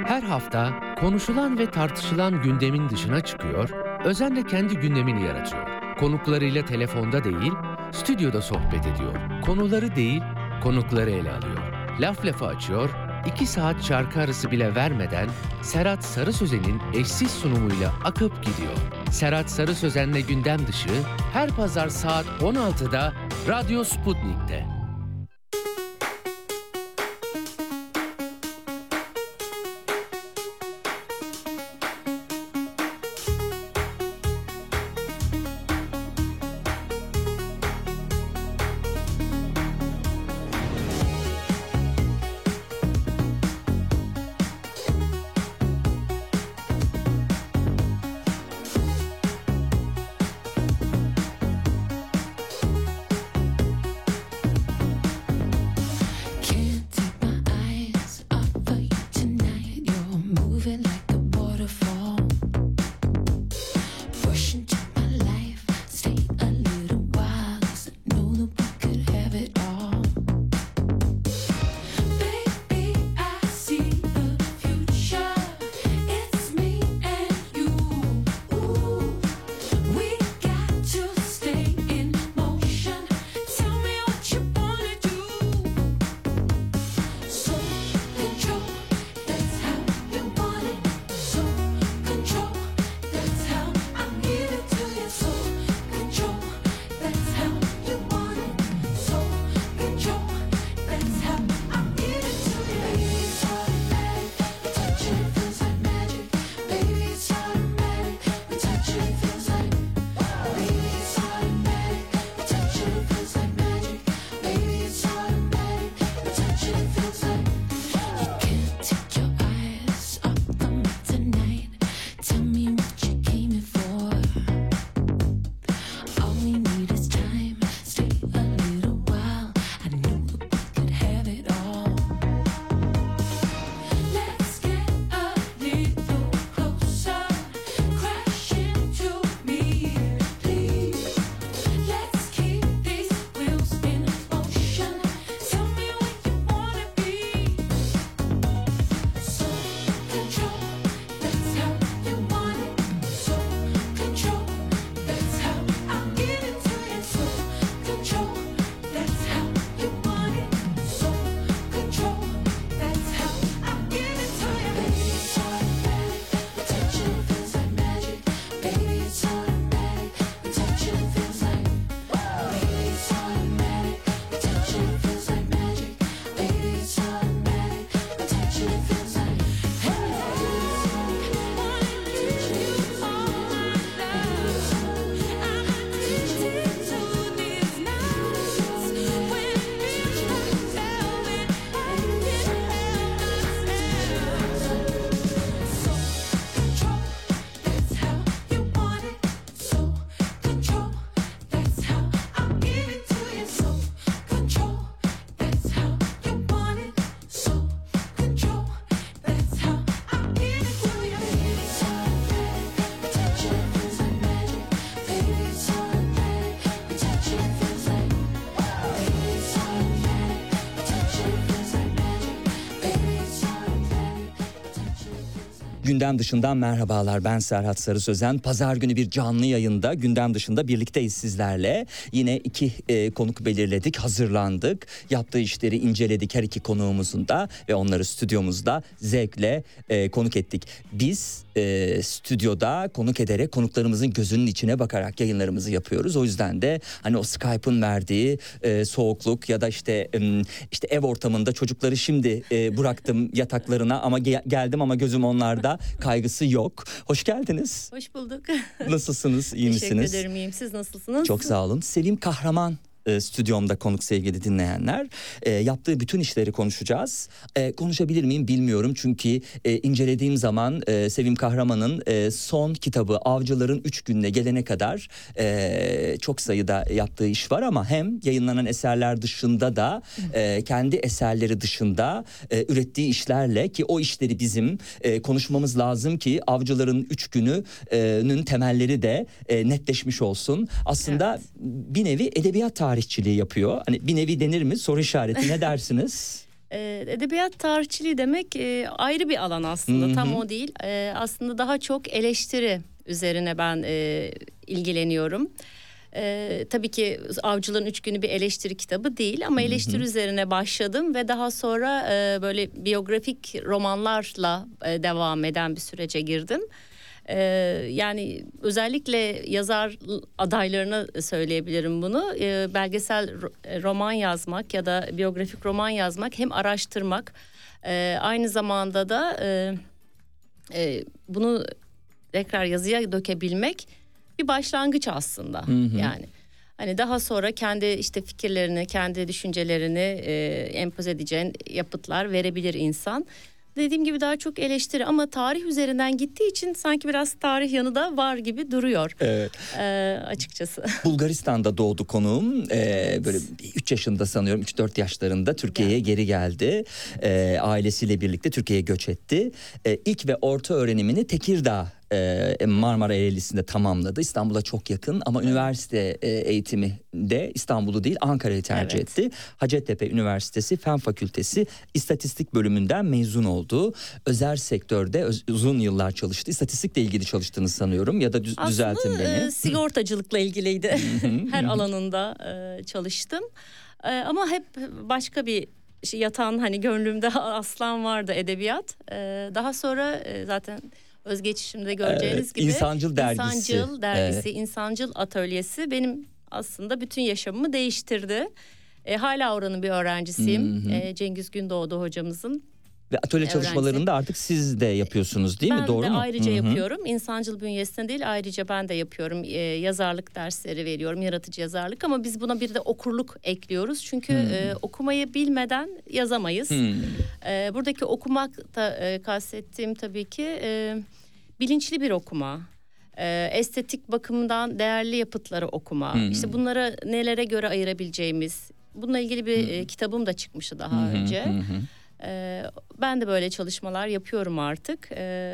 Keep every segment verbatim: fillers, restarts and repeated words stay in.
Her hafta konuşulan ve tartışılan gündemin dışına çıkıyor, özenle kendi gündemini yaratıyor. Konuklarıyla telefonda değil, stüdyoda sohbet ediyor. Konuları değil, konukları ele alıyor. Laf lafı açıyor, iki saat şarkı arası bile vermeden Serhat Sarı Sözen'in eşsiz sunumuyla akıp gidiyor. Serhat Sarı Sözen'le Gündem Dışı her pazar saat on altıda Radyo Sputnik'te. Gündem Dışından merhabalar, ben Serhat Sarı Sözen. Pazar günü bir canlı yayında Gündem Dışında birlikteyiz sizlerle. Yine iki e, konuk belirledik, hazırlandık. Yaptığı işleri inceledik her iki konuğumuzun da ve onları stüdyomuzda zevkle e, konuk ettik. Biz e, stüdyoda konuk ederek konuklarımızın gözünün içine bakarak yayınlarımızı yapıyoruz. O yüzden de hani o Skype'ın verdiği e, soğukluk ya da işte e, işte ev ortamında çocukları şimdi e, bıraktım yataklarına ama ge- geldim ama gözüm onlarda kaygısı yok. Hoş geldiniz. Hoş bulduk. Nasılsınız? İyi Teşekkür misiniz? ederim, iyiyim. Siz nasılsınız? Çok sağ olun. Sevim Kahraman e, stüdyomda konuk sevgili dinleyenler. E, yaptığı bütün işleri konuşacağız. E, konuşabilir miyim bilmiyorum çünkü e, incelediğim zaman e, Sevim Kahraman'ın e, son kitabı Avcıların Üç Gününe gelene kadar e, çok sayıda yaptığı iş var ama hem yayınlanan eserler dışında da e, kendi eserleri dışında e, ürettiği işlerle ki o işleri bizim e, konuşmamız lazım ki Avcıların Üç Günü'nün temelleri de e, netleşmiş olsun. Aslında evet. Bir nevi edebiyat tarihçiliği yapıyor. Hani bir nevi denir mi? Soru işareti, ne dersiniz? E, edebiyat tarihçiliği demek e, ayrı bir alan aslında. Hı hı. Tam o değil. E, aslında daha çok eleştiri üzerine ben e, ilgileniyorum. Ee, tabii ki Avcıların Üç Günü bir eleştiri kitabı değil ama eleştiri hı hı. üzerine başladım ve daha sonra e, böyle biyografik romanlarla e, devam eden bir sürece girdim. E, yani özellikle yazar adaylarına söyleyebilirim bunu. E, belgesel roman yazmak ya da biyografik roman yazmak hem araştırmak e, aynı zamanda da e, e, bunu tekrar yazıya dökebilmek bir başlangıç aslında. Hı hı. Yani hani daha sonra kendi işte fikirlerini, kendi düşüncelerini e, empoze edeceğin yapıtlar verebilir insan. Dediğim gibi daha çok eleştiri ama tarih üzerinden gittiği için sanki biraz tarih yanı da var gibi duruyor. Evet. Ee, açıkçası. Bulgaristan'da doğdu konuğum. Ee, evet. Böyle üç yaşında sanıyorum, üç dört yaşlarında Türkiye'ye yani. geri geldi. Ee, ailesiyle birlikte Türkiye'ye göç etti. Ee, ilk ve orta öğrenimini Tekirdağ Marmara Ereğlisi'nde tamamladı. İstanbul'a çok yakın ama evet. üniversite eğitimi de İstanbul'u değil Ankara'yı tercih evet. etti. Hacettepe Üniversitesi Fen Fakültesi İstatistik bölümünden mezun oldu. Özel sektörde uzun yıllar çalıştı. İstatistikle ilgili çalıştığını sanıyorum ya da düz- düzeltin beni. Aslında sigortacılıkla ilgiliydi. Her alanında çalıştım. Ama hep başka bir yatan hani gönlümde aslan vardı edebiyat. Daha sonra zaten özgeçişimde göreceğiniz evet, gibi İnsancıl dergisi, İnsancıl dergisi, evet. İnsancıl atölyesi benim aslında bütün yaşamımı değiştirdi. E, hala oranın bir öğrencisiyim. E, Cengiz Gündoğdu hocamızın. Ve atölye öğrencisi. Çalışmalarında artık siz de yapıyorsunuz değil ben mi? Doğru mu? Ben de ayrıca Hı-hı. yapıyorum. İnsancıl bünyesinde değil, ayrıca ben de yapıyorum. Ee, yazarlık dersleri veriyorum, yaratıcı yazarlık. Ama biz buna bir de okurluk ekliyoruz. Çünkü e, okumayı bilmeden yazamayız. E, buradaki okumak da e, kastettiğim tabii ki e, bilinçli bir okuma. E, estetik bakımdan değerli yapıtları okuma. Hmm. İşte bunları nelere göre ayırabileceğimiz. Bununla ilgili bir hmm. e, kitabım da çıkmıştı daha hmm. önce. Hmm. Ee, ben de böyle çalışmalar yapıyorum artık. Ee,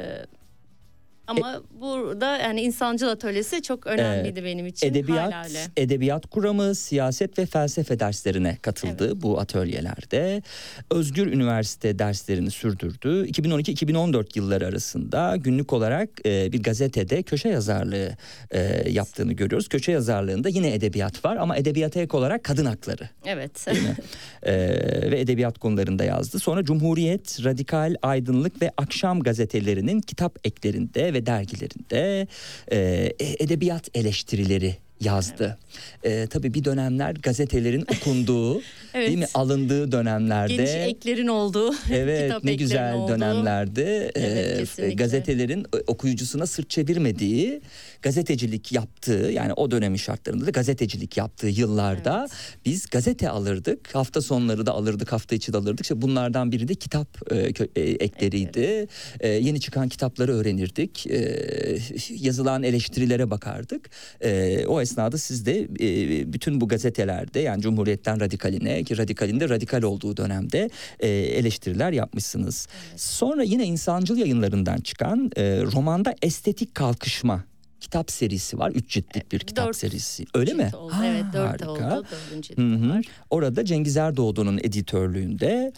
ama e, burada yani İnsancıl Atölyesi çok önemliydi e, benim için. Edebiyat, hala. edebiyat kuramı, siyaset ve felsefe derslerine katıldı evet. bu atölyelerde. Özgür Üniversite derslerini sürdürdü. iki bin on iki iki bin on dört yılları arasında günlük olarak e, bir gazetede köşe yazarlığı e, yaptığını görüyoruz. Köşe yazarlığında yine edebiyat var ama edebiyata ek olarak kadın hakları. Evet. e, ve edebiyat konularında yazdı. Sonra Cumhuriyet, Radikal, Aydınlık ve Akşam gazetelerinin kitap eklerinde ve dergilerinde e, edebiyat eleştirileri yazdı. Evet. E, tabii bir dönemler gazetelerin okunduğu, evet. değil mi? Alındığı dönemlerde. Geniş eklerin olduğu. Evet, ne güzel olduğu. dönemlerde evet, e, gazetelerin okuyucusuna sırt çevirmediği, gazetecilik yaptığı, yani o dönemin şartlarında da gazetecilik yaptığı yıllarda evet. biz gazete alırdık. Hafta sonları da alırdık, hafta içi de alırdık. İşte bunlardan biri de kitap e, e, ekleriydi. Evet. E, yeni çıkan kitapları öğrenirdik. E, yazılan eleştirilere bakardık. E, o esnada siz de e, bütün bu gazetelerde, yani Cumhuriyet'ten Radikaline, ki Radikal'in de radikal olduğu dönemde e, eleştiriler yapmışsınız. Evet. Sonra yine İnsancıl Yayınlarından çıkan e, romanda Estetik Kalkışma kitap serisi var. Üç ciltlik bir kitap dört serisi. Öyle mi? Oldu. Ha, evet, dört harika. oldu. Dördüncü cilt var. Orada Cengiz Erdoğdu'nun editörlüğünde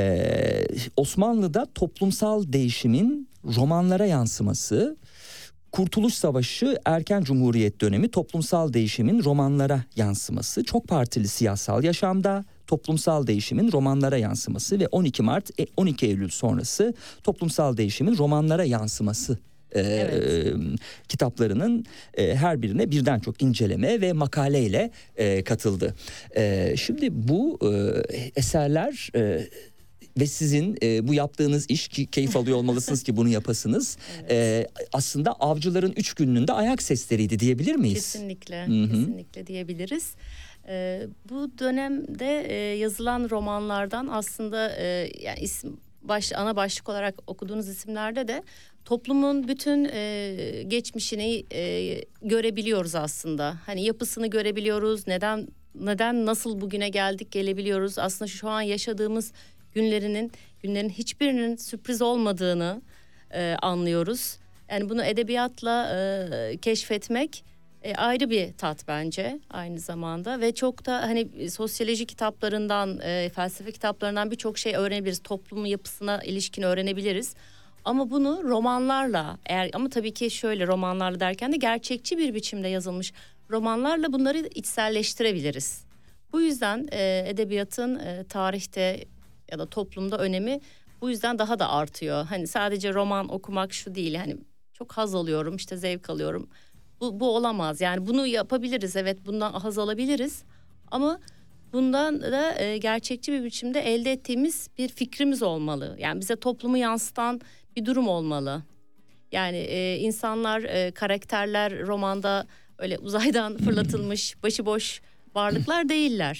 e, Osmanlı'da toplumsal değişimin romanlara yansıması, Kurtuluş Savaşı, erken Cumhuriyet dönemi toplumsal değişimin romanlara yansıması, çok partili siyasal yaşamda toplumsal değişimin romanlara yansıması ve on iki Mart on iki Eylül sonrası toplumsal değişimin romanlara yansıması evet. e, kitaplarının e, her birine birden çok inceleme ve makaleyle e, katıldı. E, şimdi bu e, eserler e, ve sizin e, bu yaptığınız iş, ki keyif alıyor olmalısınız ki bunu yapasınız. Evet. E, aslında Avcıların Üç Günü'nün de ayak sesleriydi diyebilir miyiz? Kesinlikle, Hı-hı. kesinlikle diyebiliriz. E, bu dönemde e, yazılan romanlardan aslında e, yani isim baş ana başlık olarak okuduğunuz isimlerde de toplumun bütün e, geçmişini e, görebiliyoruz aslında. Hani yapısını görebiliyoruz. Neden neden nasıl bugüne geldik gelebiliyoruz. Aslında şu an yaşadığımız günlerinin günlerin hiçbirinin sürpriz olmadığını e, anlıyoruz. Yani bunu edebiyatla e, keşfetmek E, ayrı bir tat bence aynı zamanda ve çok da hani sosyoloji kitaplarından, e, felsefe kitaplarından birçok şey öğrenebiliriz. Toplumun yapısına ilişkin öğrenebiliriz. Ama bunu romanlarla, eğer ama tabii ki şöyle romanlarla derken de gerçekçi bir biçimde yazılmış romanlarla bunları içselleştirebiliriz. Bu yüzden e, edebiyatın e, tarihte ya da toplumda önemi bu yüzden daha da artıyor. Hani sadece roman okumak şu değil, hani çok haz alıyorum, işte zevk alıyorum. Bu, bu olamaz. Yani bunu yapabiliriz, evet, bundan haz alabiliriz. Ama bundan da e, gerçekçi bir biçimde elde ettiğimiz bir fikrimiz olmalı. Yani bize toplumu yansıtan bir durum olmalı. Yani e, insanlar, e, karakterler romanda öyle uzaydan fırlatılmış başıboş varlıklar değiller.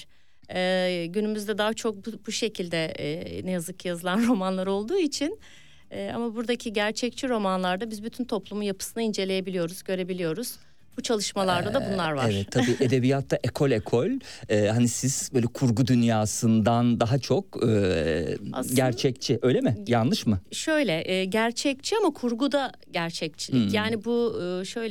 E, günümüzde daha çok bu, bu şekilde e, ne yazık ki yazılan romanlar olduğu için... Ee, ama buradaki gerçekçi romanlarda biz bütün toplumun yapısını inceleyebiliyoruz, görebiliyoruz. Bu çalışmalarda da bunlar var. Evet, tabii edebiyatta ekol ekol. Ee, hani siz böyle kurgu dünyasından daha çok e, gerçekçi, öyle mi? Yanlış mı? Şöyle, e, gerçekçi ama kurguda gerçekçilik. Hmm. Yani bu e, şöyle,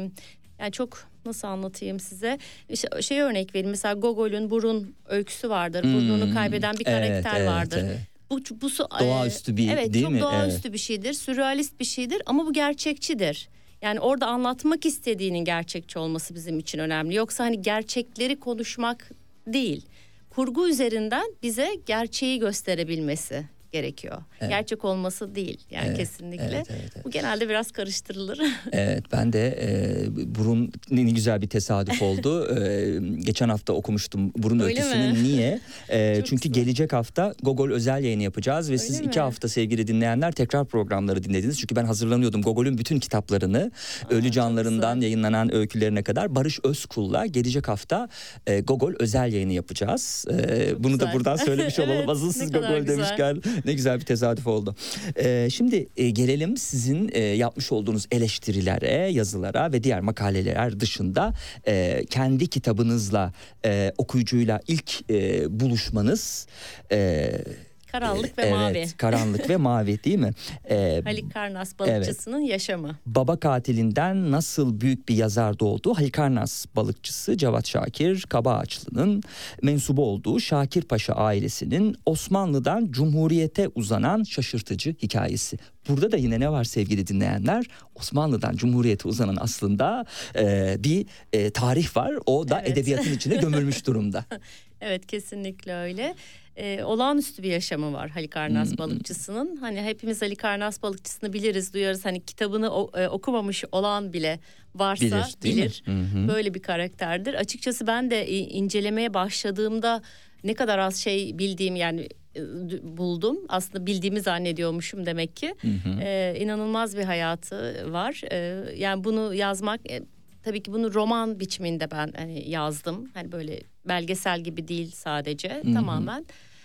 yani çok nasıl anlatayım size? İşte şey örnek vereyim. Mesela Gogol'ün burun öyküsü vardır. Hmm. Burnunu kaybeden bir karakter evet, vardır. Evet, evet. Bu, bu doğaüstü bir evet, değil çok mi? Evet, çok doğaüstü evet. bir şeydir, sürrealist bir şeydir ama bu gerçekçidir. Yani orada anlatmak istediğinin gerçekçi olması bizim için önemli. Yoksa hani gerçekleri konuşmak değil, kurgu üzerinden bize gerçeği gösterebilmesi gerekiyor. Evet. Gerçek olması değil yani evet, kesinlikle. Evet, evet, evet. Bu genelde biraz karıştırılır. Evet, ben de e, burun ne güzel bir tesadüf oldu. e, geçen hafta okumuştum burun Öyle öyküsünü. mi? Niye? E, çünkü güzel. Gelecek hafta Gogol özel yayını yapacağız ve Öyle siz mi? iki hafta sevgili dinleyenler tekrar programları dinlediniz. Çünkü ben hazırlanıyordum Gogol'ün bütün kitaplarını, Aa, Ölü Canlarından yayınlanan öykülerine kadar Barış Özkul'la gelecek hafta e, Gogol özel yayını yapacağız. E, bunu güzel. Da buradan söylemiş olalım. Evet, Azılsız Gogol demişken. Ne güzel bir tesadüf oldu. Ee, şimdi e, gelelim sizin e, yapmış olduğunuz eleştirilere, yazılara ve diğer makaleler dışında e, kendi kitabınızla e, okuyucuyla ilk e, buluşmanız. E, Karanlık ve evet, Mavi. Karanlık ve Mavi değil mi? Ee, Halikarnas balıkçısının evet. yaşamı. Baba katilinden nasıl büyük bir yazar doğdu? Halikarnas balıkçısı Cevat Şakir Kabaağaçlı'nın mensubu olduğu Şakir Paşa ailesinin Osmanlı'dan Cumhuriyete uzanan şaşırtıcı hikayesi. Burada da yine ne var sevgili dinleyenler? Osmanlı'dan Cumhuriyete uzanan aslında e, bir e, tarih var. O da evet. edebiyatın içine gömülmüş durumda. Evet, kesinlikle öyle. Ee, olağanüstü bir yaşamı var Halikarnas balıkçısının. Hani hepimiz Halikarnas balıkçısını biliriz, duyarız. Hani kitabını o, e, okumamış olan bile varsa bilir. bilir. Böyle bir karakterdir. Açıkçası ben de e, incelemeye başladığımda ne kadar az şey bildiğim yani e, buldum. Aslında bildiğimi zannediyormuşum demek ki. Hı hı. Ee, inanılmaz bir hayatı var. Ee, yani bunu yazmak... E, Tabii ki bunu roman biçiminde ben hani yazdım. Hani böyle belgesel gibi değil sadece. Hı-hı. Tamamen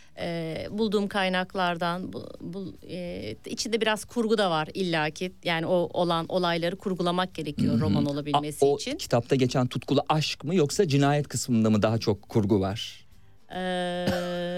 e, bulduğum kaynaklardan bu, bu e, içinde biraz kurgu da var illaki. Yani o olan olayları kurgulamak gerekiyor Hı-hı. roman olabilmesi A, o için. O kitapta geçen tutkulu aşk mı yoksa cinayet kısmında mı daha çok kurgu var? Ee,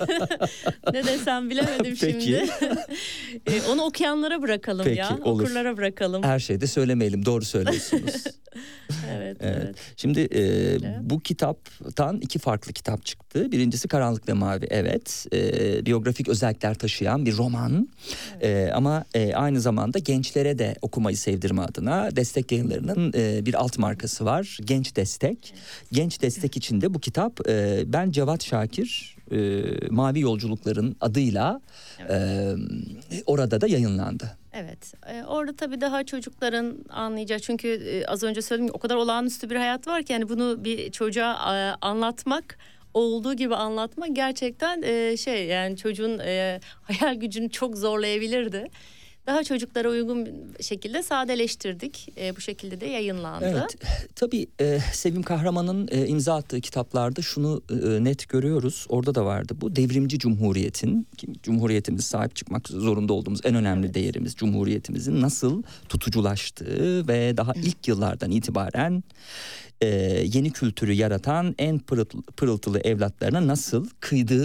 ne desem bilemedim şimdi. ee, onu okuyanlara bırakalım. Peki, ya. Olur. Okurlara bırakalım. Her şeyde söylemeyelim. Doğru söylüyorsunuz. evet, evet. evet. Şimdi e, bu kitaptan iki farklı kitap çıktı. Birincisi Karanlık ve Mavi. Evet. E, biyografik özellikler taşıyan bir roman. Evet. E, ama e, aynı zamanda gençlere de okumayı sevdirme adına Destek Yayınları'nın e, bir alt markası var. Genç Destek. Evet. Genç Destek içinde bu kitap e, ben Cevat Şakir e, Mavi Yolculukların adıyla evet. e, orada da yayınlandı. Evet, e, orada tabii daha çocukların anlayacağı, çünkü e, az önce söyledim, o kadar olağanüstü bir hayat var ki yani bunu bir çocuğa e, anlatmak, olduğu gibi anlatmak gerçekten e, şey yani çocuğun e, hayal gücünü çok zorlayabilirdi. Daha çocuklara uygun şekilde sadeleştirdik. E, bu şekilde de yayınlandı. Evet, tabii e, Sevim Kahraman'ın e, imza attığı kitaplarda şunu e, net görüyoruz. Orada da vardı bu. Devrimci Cumhuriyet'in, Cumhuriyetimiz sahip çıkmak zorunda olduğumuz en önemli evet. değerimiz Cumhuriyetimizin nasıl tutuculaştığı ve daha ilk yıllardan itibaren e, yeni kültürü yaratan en pırıltılı, pırıltılı evlatlarına nasıl kıydığı da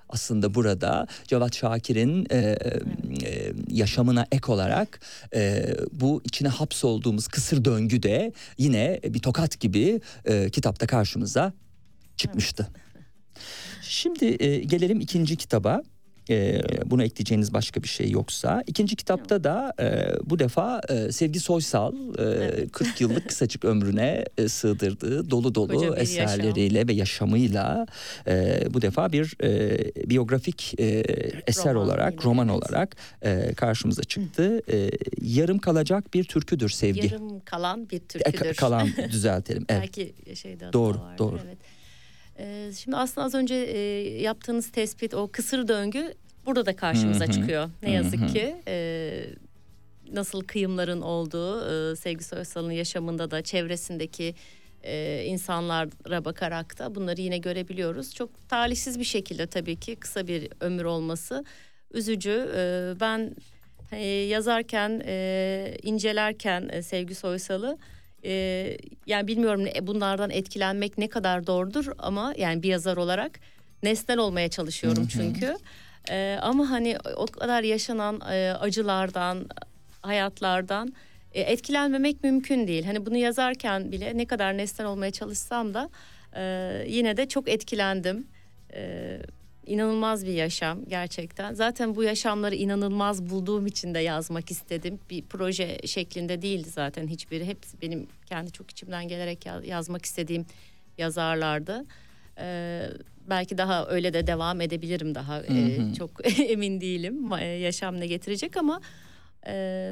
aslında burada Cevat Şakir'in e, e, yaşamına ek olarak e, bu içine hapsolduğumuz kısır döngü de yine bir tokat gibi e, kitapta karşımıza çıkmıştı. Şimdi e, gelelim ikinci kitaba. E, buna ekleyeceğiniz başka bir şey yoksa. İkinci kitapta da e, bu defa e, Sevgi Soysal e, kırk yıllık kısacık ömrüne e, sığdırdığı dolu dolu eserleriyle yaşam. ve yaşamıyla e, bu defa bir e, biyografik e, eser roman, olarak, roman evet. olarak e, karşımıza çıktı. E, yarım kalacak bir türküdür Sevgi. Yarım kalan bir türküdür. E, kalan düzeltelim. Evet. Belki şeyde doğru, var. doğru. Evet. Şimdi aslında az önce yaptığınız tespit, o kısır döngü burada da karşımıza çıkıyor. Ne yazık ki nasıl kıyımların olduğu, Sevgi Soysal'ın yaşamında da çevresindeki insanlara bakarak da bunları yine görebiliyoruz. Çok talihsiz bir şekilde tabii ki kısa bir ömür olması üzücü. Ben yazarken, incelerken Sevgi Soysal'ı, Ee, yani bilmiyorum bunlardan etkilenmek ne kadar doğrudur ama yani bir yazar olarak nesnel olmaya çalışıyorum çünkü. Ee, ama hani o kadar yaşanan e, acılardan, hayatlardan e, etkilenmemek mümkün değil. Hani bunu yazarken bile ne kadar nesnel olmaya çalışsam da e, yine de çok etkilendim. E, İnanılmaz bir yaşam gerçekten. Zaten bu yaşamları inanılmaz bulduğum için de yazmak istedim. Bir proje şeklinde değildi zaten hiçbiri. Hepsi benim kendi çok içimden gelerek yazmak istediğim yazarlardı. Ee, belki daha öyle de devam edebilirim daha. Ee, çok emin değilim yaşam ne getirecek ama... E,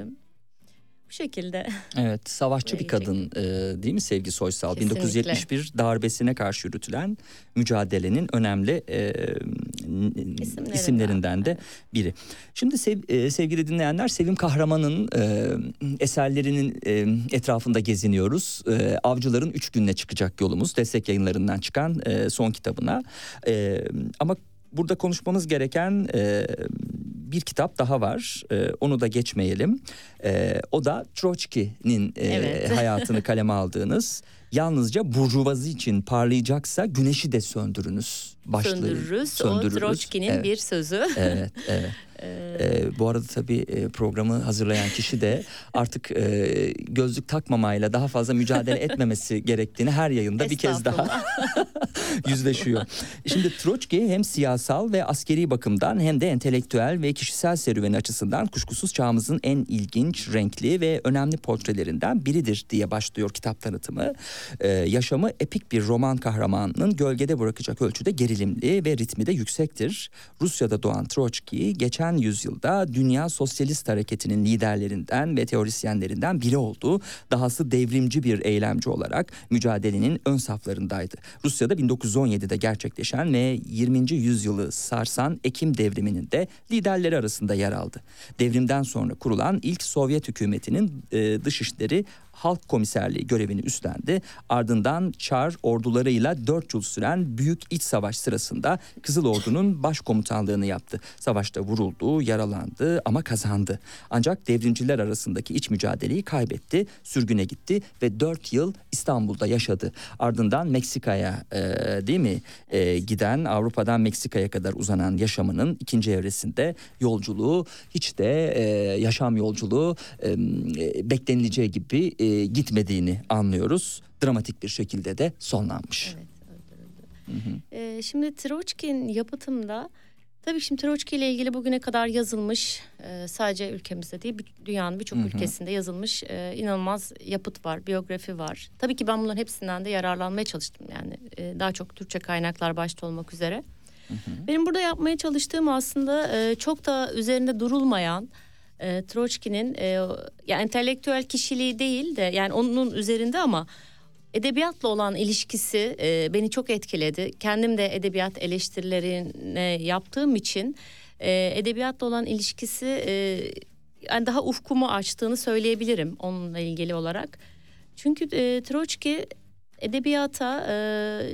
Bu şekilde. Evet, savaşçı bir kadın e, değil mi Sevgi Soysal? Kesinlikle. bin dokuz yüz yetmiş bir darbesine karşı yürütülen mücadelenin önemli e, isimlerinden, isimlerinden de biri. Şimdi sev, e, sevgili dinleyenler, Sevim Kahraman'ın e, eserlerinin e, etrafında geziniyoruz. E, Avcıların Üç Gününe çıkacak yolumuz. Destek Yayınları'ndan çıkan e, son kitabına. E, ama burada konuşmamız gereken e, bir kitap daha var. E, onu da geçmeyelim. E, o da Troçki'nin e, evet. hayatını kaleme aldığınız "Yalnızca burjuvazi için parlayacaksa güneşi de söndürünüz" başlığı. Söndürürüz. Söndürürüz. O Troçki'nin evet. bir sözü. Evet, evet. Ee, bu arada tabii programı hazırlayan kişi de artık e, gözlük takmamayla daha fazla mücadele etmemesi gerektiğini her yayında bir kez daha yüzleşiyor. Şimdi Troçki hem siyasal ve askeri bakımdan hem de entelektüel ve kişisel serüveni açısından kuşkusuz çağımızın en ilginç, renkli ve önemli portrelerinden biridir diye başlıyor kitap tanıtımı. Ee, yaşamı epik bir roman kahramanının gölgede bırakacak ölçüde gerilimli ve ritmi de yüksektir. Rusya'da doğan Troçki geçen yüzyılda Dünya Sosyalist Hareketi'nin liderlerinden ve teorisyenlerinden biri oldu. Dahası devrimci bir eylemci olarak mücadelenin ön saflarındaydı. Rusya'da bin dokuz yüz on yedide gerçekleşen ve yirminci yüzyılı sarsan Ekim devriminin de liderleri arasında yer aldı. Devrimden sonra kurulan ilk Sovyet hükümetinin e, dışişleri Halk Komiserliği görevini üstlendi. Ardından Çar ordularıyla dört yıl süren Büyük İç Savaş sırasında Kızıl Ordu'nun başkomutanlığını yaptı. Savaşta vuruldu, yaralandı ama kazandı. Ancak devrimciler arasındaki iç mücadeleyi kaybetti, sürgüne gitti ve dört yıl İstanbul'da yaşadı. Ardından Meksika'ya e, değil mi e, giden, Avrupa'dan Meksika'ya kadar uzanan yaşamının ikinci evresinde yolculuğu hiç de e, yaşam yolculuğu e, beklenileceği gibi e, gitmediğini anlıyoruz. Dramatik bir şekilde de sonlanmış. Evet, öldürüldü. Hı hı. Ee, şimdi Troçki'nin yapıtında, tabii şimdi Troçki ile ilgili bugüne kadar yazılmış, e, sadece ülkemizde değil, dünyanın birçok ülkesinde yazılmış e, inanılmaz yapıt var, biyografi var. Tabii ki ben bunların hepsinden de yararlanmaya çalıştım. Yani e, daha çok Türkçe kaynaklar başta olmak üzere. Hı hı. Benim burada yapmaya çalıştığım aslında e, çok da üzerinde durulmayan, E, Troçki'nin e, yani entelektüel kişiliği değil de yani onun üzerinde ama edebiyatla olan ilişkisi e, beni çok etkiledi. Kendim de edebiyat eleştirilerini yaptığım için e, edebiyatla olan ilişkisi e, yani daha ufkumu açtığını söyleyebilirim onunla ilgili olarak. Çünkü e, Troçki edebiyata e,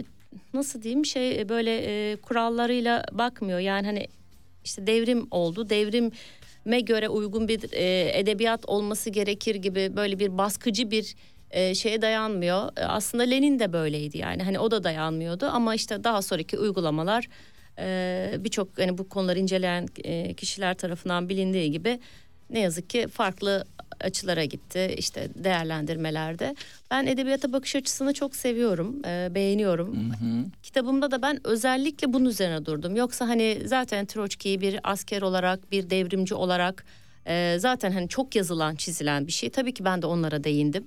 nasıl diyeyim şey böyle e, kurallarıyla bakmıyor. Yani hani işte devrim oldu, devrim me göre uygun bir e, edebiyat olması gerekir gibi böyle bir baskıcı bir e, şeye dayanmıyor. E, aslında Lenin de böyleydi yani hani o da dayanmıyordu ama işte daha sonraki uygulamalar e, birçok hani bu konuları inceleyen e, kişiler tarafından bilindiği gibi ne yazık ki farklı açılara gitti işte değerlendirmelerde. Ben edebiyata bakış açısını çok seviyorum, e, beğeniyorum. Hı hı. Kitabımda da ben özellikle bunun üzerine durdum. Yoksa hani zaten Troçki'yi bir asker olarak, bir devrimci olarak e, zaten hani çok yazılan, çizilen bir şey. Tabii ki ben de onlara değindim.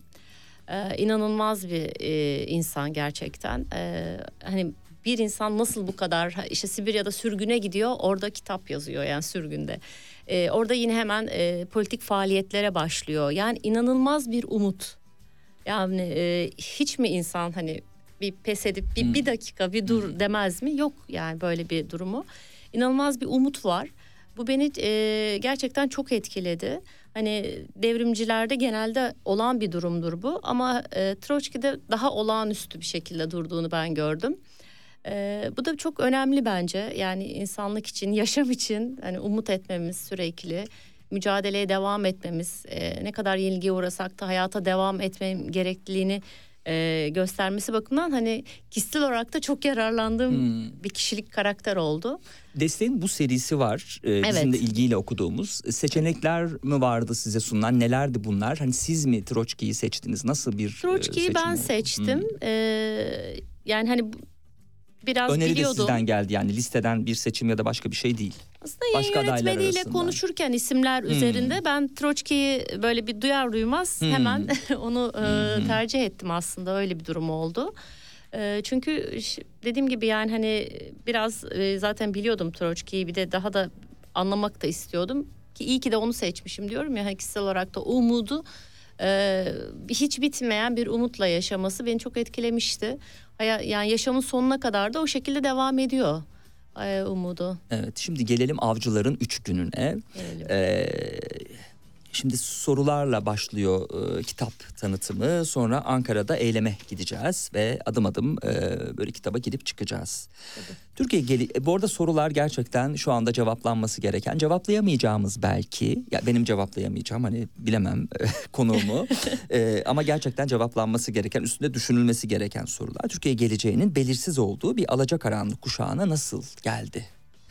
E, inanılmaz bir e, insan gerçekten. E, hani bir insan nasıl bu kadar işte Sibirya'da sürgüne gidiyor, orada kitap yazıyor yani sürgünde. Ee, orada yine hemen e, politik faaliyetlere başlıyor. Yani inanılmaz bir umut. Yani e, hiç mi insan hani bir pes edip bir, hmm. bir dakika bir dur demez mi? Yok yani böyle bir durumu. İnanılmaz bir umut var. Bu beni e, gerçekten çok etkiledi. Hani devrimcilerde genelde olan bir durumdur bu. Ama e, Troçki'de daha olağanüstü bir şekilde durduğunu ben gördüm. Ee, bu da çok önemli bence yani insanlık için, yaşam için hani umut etmemiz sürekli, mücadeleye devam etmemiz, e, ne kadar yenilgiye uğrasak da hayata devam etmem gerekliliğini e, göstermesi bakımından hani kişisel olarak da çok yararlandığım hmm. bir kişilik karakter oldu. Desteğin bu serisi var. Ee, evet. Bizim de ilgiyle okuduğumuz. Seçenekler mi vardı size sunulan? Nelerdi bunlar? Hani siz mi Troçki'yi seçtiniz? Nasıl bir Troçki'yi seçim ben oldu? seçtim. Hmm. Ee, yani hani biraz öneri biliyordum. de sizden geldi yani listeden bir seçim ya da başka bir şey değil. Aslında yayın yönetmeniyle konuşurken isimler hmm. üzerinde ben Troçki'yi böyle bir duyar duymaz hmm. hemen onu hmm. e, tercih ettim aslında, öyle bir durum oldu. E, çünkü dediğim gibi yani hani biraz e, zaten biliyordum Troçki'yi, bir de daha da anlamak da istiyordum ki iyi ki de onu seçmişim diyorum ya, kişisel olarak da o umudu e, hiç bitmeyen bir umutla yaşaması beni çok etkilemişti. Yani yaşamın sonuna kadar da o şekilde devam ediyor e, umudu. Evet, şimdi gelelim Avcıların üç gününe. Ee, şimdi sorularla başlıyor e, kitap tanıtımı. Sonra Ankara'da eyleme gideceğiz ve adım adım e, böyle kitaba gidip çıkacağız. Tabii. Türkiye geli e, bu arada sorular gerçekten şu anda cevaplanması gereken, cevaplayamayacağımız belki, ya benim cevaplayamayacağım hani bilemem konuğumu e, ama gerçekten cevaplanması gereken, üstünde düşünülmesi gereken sorular. Türkiye geleceğinin belirsiz olduğu bir alacakaranlık kuşağına nasıl geldi?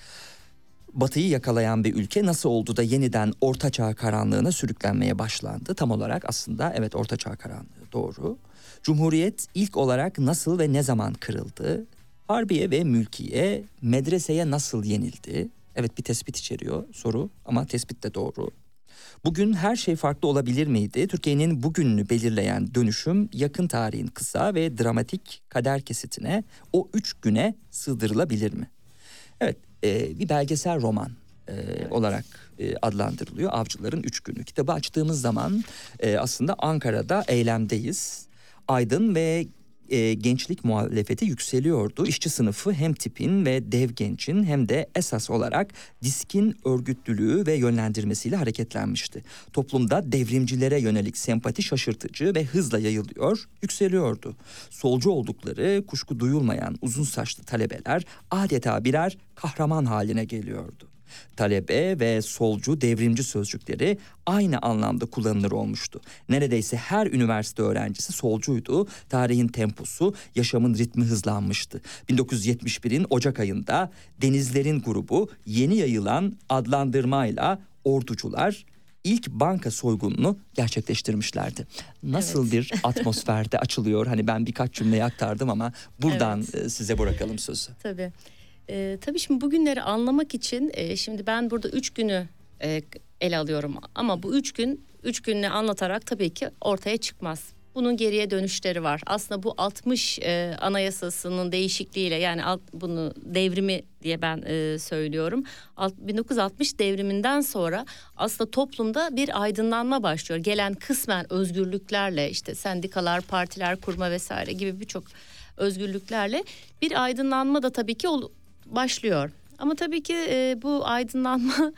Batı'yı yakalayan bir ülke nasıl oldu da yeniden ortaçağ karanlığına sürüklenmeye başlandı? Tam olarak aslında evet, ortaçağ karanlığı doğru. Cumhuriyet ilk olarak nasıl ve ne zaman kırıldı? Harbiye ve mülkiye medreseye nasıl yenildi? Evet, bir tespit içeriyor soru ama tespit de doğru. Bugün her şey farklı olabilir miydi? Türkiye'nin bugününü belirleyen dönüşüm yakın tarihin kısa ve dramatik kader kesitine, o üç güne sığdırılabilir mi? Evet, e, bir belgesel roman e, evet. olarak e, adlandırılıyor Avcıların Üç Günü. Kitabı açtığımız zaman e, aslında Ankara'da eylemdeyiz. Aydın ve e, gençlik muhalefeti yükseliyordu. İşçi sınıfı hem tipin ve dev gençin hem de esas olarak diskin örgütlülüğü ve yönlendirmesiyle hareketlenmişti. Toplumda devrimcilere yönelik sempati şaşırtıcı ve hızla yayılıyor, yükseliyordu. Solcu oldukları kuşku duyulmayan uzun saçlı talebeler adeta birer kahraman haline geliyordu. Talebe ve solcu devrimci sözcükleri aynı anlamda kullanılır olmuştu. Neredeyse her üniversite öğrencisi solcuydu. Tarihin temposu, yaşamın ritmi hızlanmıştı. bin dokuz yüz yetmiş birin Ocak ayında Denizlerin grubu yeni yayılan adlandırmayla orducular ilk banka soygununu gerçekleştirmişlerdi. Nasıl evet. bir atmosferde açılıyor? Hani ben birkaç cümleyi aktardım ama buradan evet. size bırakalım sözü. Tabii. Ee, tabii şimdi bugünleri anlamak için e, şimdi ben burada üç günü e, ele alıyorum ama bu üç gün üç gününü anlatarak tabii ki ortaya çıkmaz. Bunun geriye dönüşleri var. Aslında bu altmış e, anayasasının değişikliğiyle, yani alt, bunu devrimi diye ben e, söylüyorum. Alt, bin dokuz yüz altmış devriminden sonra aslında toplumda bir aydınlanma başlıyor. Gelen kısmen özgürlüklerle, işte sendikalar, partiler kurma vesaire gibi birçok özgürlüklerle bir aydınlanma da tabii ki ol, başlıyor. Ama tabii ki e, bu aydınlanma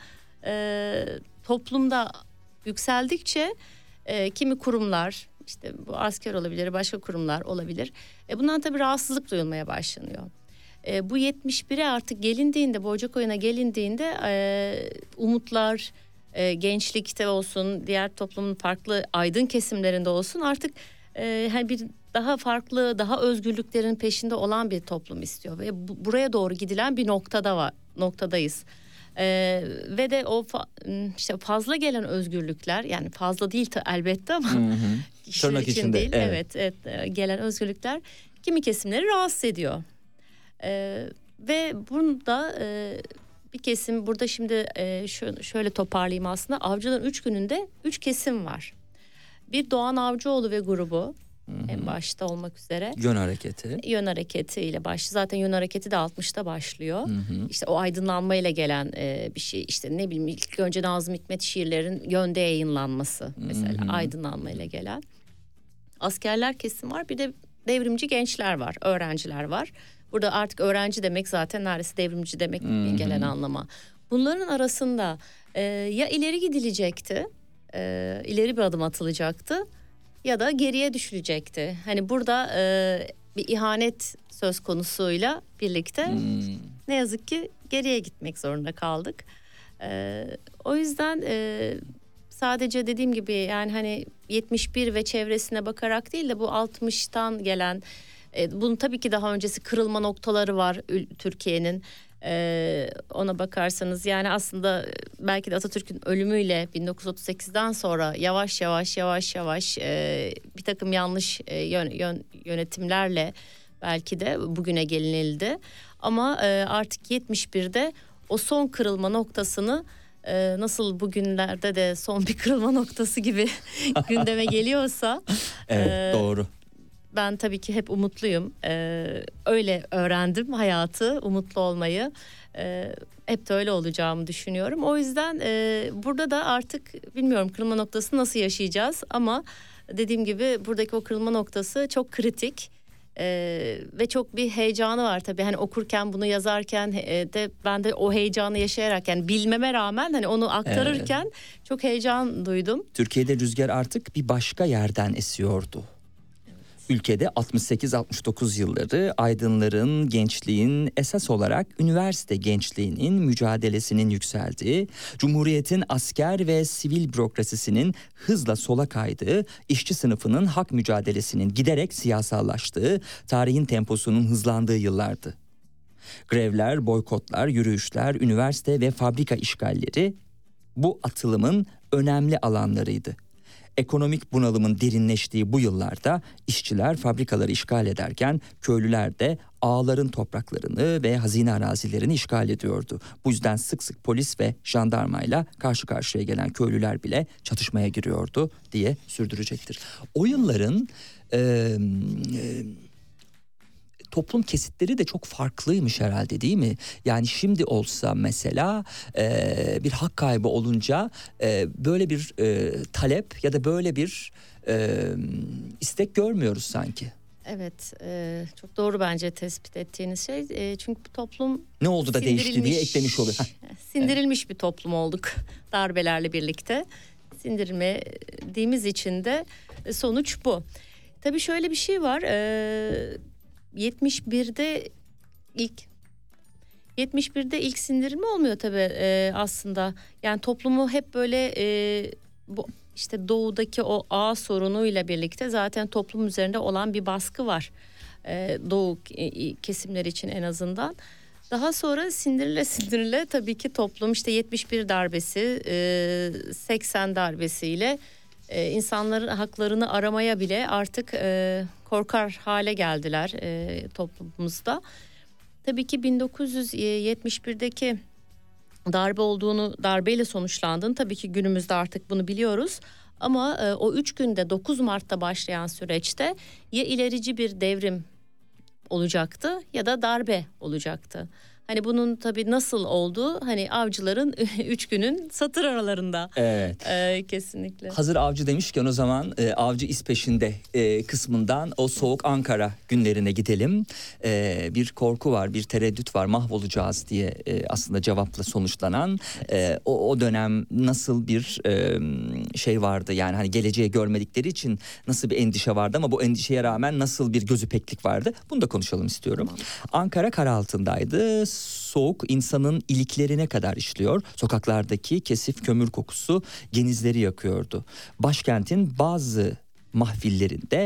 e, toplumda yükseldikçe e, kimi kurumlar, işte bu asker olabilir, başka kurumlar olabilir. E, bundan tabii rahatsızlık duyulmaya başlanıyor. E, bu yetmiş bire artık gelindiğinde, bu Ocak ayına gelindiğinde e, umutlar e, gençlikte olsun, diğer toplumun farklı aydın kesimlerinde olsun artık e, hani bir daha farklı, daha özgürlüklerin peşinde olan bir toplum istiyor ve bu, buraya doğru gidilen bir noktada var, noktadayız. Ee, ve de o fa- işte fazla gelen özgürlükler, yani fazla değil ta, elbette ama tırnak için içinde değil, evet. evet, evet gelen özgürlükler kimi kesimleri rahatsız ediyor. Ee, ve bunda e, bir kesim, burada şimdi e, şöyle, şöyle toparlayayım aslında, avcıların üç gününde üç kesim var. Bir Doğan Avcıoğlu ve grubu, Hı-hı. en başta olmak üzere. Yön hareketi. Yön hareketi ile başlıyor. Zaten yön hareketi de altmışta başlıyor. Hı-hı. İşte o aydınlanmayla gelen e, bir şey. İşte ne bileyim, ilk önce Nazım Hikmet şiirlerin yönde yayınlanması mesela, Hı-hı. aydınlanmayla gelen. Askerler kesim var, bir de devrimci gençler var, öğrenciler var. Burada artık öğrenci demek zaten neredeyse devrimci demek, Hı-hı. gelen anlama. Bunların arasında e, ya ileri gidilecekti, e, ileri bir adım atılacaktı, ya da geriye düşülecekti. Hani burada e, bir ihanet söz konusuyla birlikte hmm. ne yazık ki geriye gitmek zorunda kaldık. E, o yüzden e, sadece dediğim gibi, yani hani yetmiş bir ve çevresine bakarak değil de bu altmıştan gelen, e, bunun tabii ki daha öncesi kırılma noktaları var Türkiye'nin. Ee, ona bakarsanız yani aslında belki de Atatürk'ün ölümüyle bin dokuz yüz otuz sekizden sonra yavaş yavaş yavaş yavaş e, bir takım yanlış e, yön, yön, yönetimlerle belki de bugüne gelinildi. Ama e, artık yetmiş birde o son kırılma noktasını e, nasıl bugünlerde de son bir kırılma noktası gibi gündeme geliyorsa. Evet, e, doğru. Ben tabii ki hep umutluyum. Ee, öyle öğrendim hayatı, umutlu olmayı. Ee, hep de öyle olacağımı düşünüyorum. O yüzden e, burada da artık bilmiyorum kırılma noktasını nasıl yaşayacağız. Ama dediğim gibi buradaki o kırılma noktası çok kritik. Ee, ve çok bir heyecanı var tabii. Hani okurken, bunu yazarken e, de ben de o heyecanı yaşayarak, yani bilmeme rağmen hani onu aktarırken evet. çok heyecan duydum. Türkiye'de rüzgar artık bir başka yerden esiyordu. Ülkede altmış sekiz altmış dokuz yılları aydınların, gençliğin, esas olarak üniversite gençliğinin mücadelesinin yükseldiği, Cumhuriyet'in asker ve sivil bürokrasisinin hızla sola kaydığı, işçi sınıfının hak mücadelesinin giderek siyasallaştığı, tarihin temposunun hızlandığı yıllardı. Grevler, boykotlar, yürüyüşler, üniversite ve fabrika işgalleri bu atılımın önemli alanlarıydı. Ekonomik bunalımın derinleştiği bu yıllarda işçiler fabrikaları işgal ederken köylüler de ağaların topraklarını ve hazine arazilerini işgal ediyordu. Bu yüzden sık sık polis ve jandarmayla karşı karşıya gelen köylüler bile çatışmaya giriyordu diye sürdürecektir. O yılların e, e, toplum kesitleri de çok farklıymış herhalde, değil mi? Yani şimdi olsa mesela e, bir hak kaybı olunca e, böyle bir e, talep ya da böyle bir e, istek görmüyoruz sanki. Evet, e, çok doğru bence tespit ettiğiniz şey. E, çünkü bu toplum ne oldu da değişti diye eklemiş oluyor. Sindirilmiş evet. bir toplum olduk darbelerle birlikte. Sindirilmediğimiz için de sonuç bu. Tabii şöyle bir şey var. E, yetmiş birde ilk yetmiş birde ilk sindirilme olmuyor tabii e, aslında. Yani toplumu hep böyle e, bu işte doğudaki o ağ sorunuyla birlikte zaten toplum üzerinde olan bir baskı var. E, doğu kesimler için en azından. Daha sonra sindirile sindirile tabii ki toplum işte yetmiş bir darbesi, e, seksen darbesiyle e, insanların haklarını aramaya bile artık e, korkar hale geldiler e, toplumumuzda. Tabii ki bin dokuz yüz yetmiş birdeki darbe olduğunu, darbeyle sonuçlandığını tabii ki günümüzde artık bunu biliyoruz. Ama e, o üç günde dokuz Mart'ta başlayan süreçte ya ilerici bir devrim olacaktı ya da darbe olacaktı. Hani bunun tabii nasıl olduğu hani avcıların üç günün satır aralarında. Evet. Ee, kesinlikle. Hazır avcı demişken o zaman e, avcı iz peşinde e, kısmından o soğuk Ankara günlerine gidelim. E, bir korku var, bir tereddüt var, mahvolacağız diye e, aslında cevapla sonuçlanan. Evet. E, o, o dönem nasıl bir e, şey vardı, yani hani geleceği görmedikleri için nasıl bir endişe vardı, ama bu endişeye rağmen nasıl bir gözüpeklik vardı? Bunu da konuşalım istiyorum. Tamam. Ankara kar altındaydı. Soğuk insanın iliklerine kadar işliyor. Sokaklardaki kesif kömür kokusu genizleri yakıyordu. Başkentin bazı mahfillerinde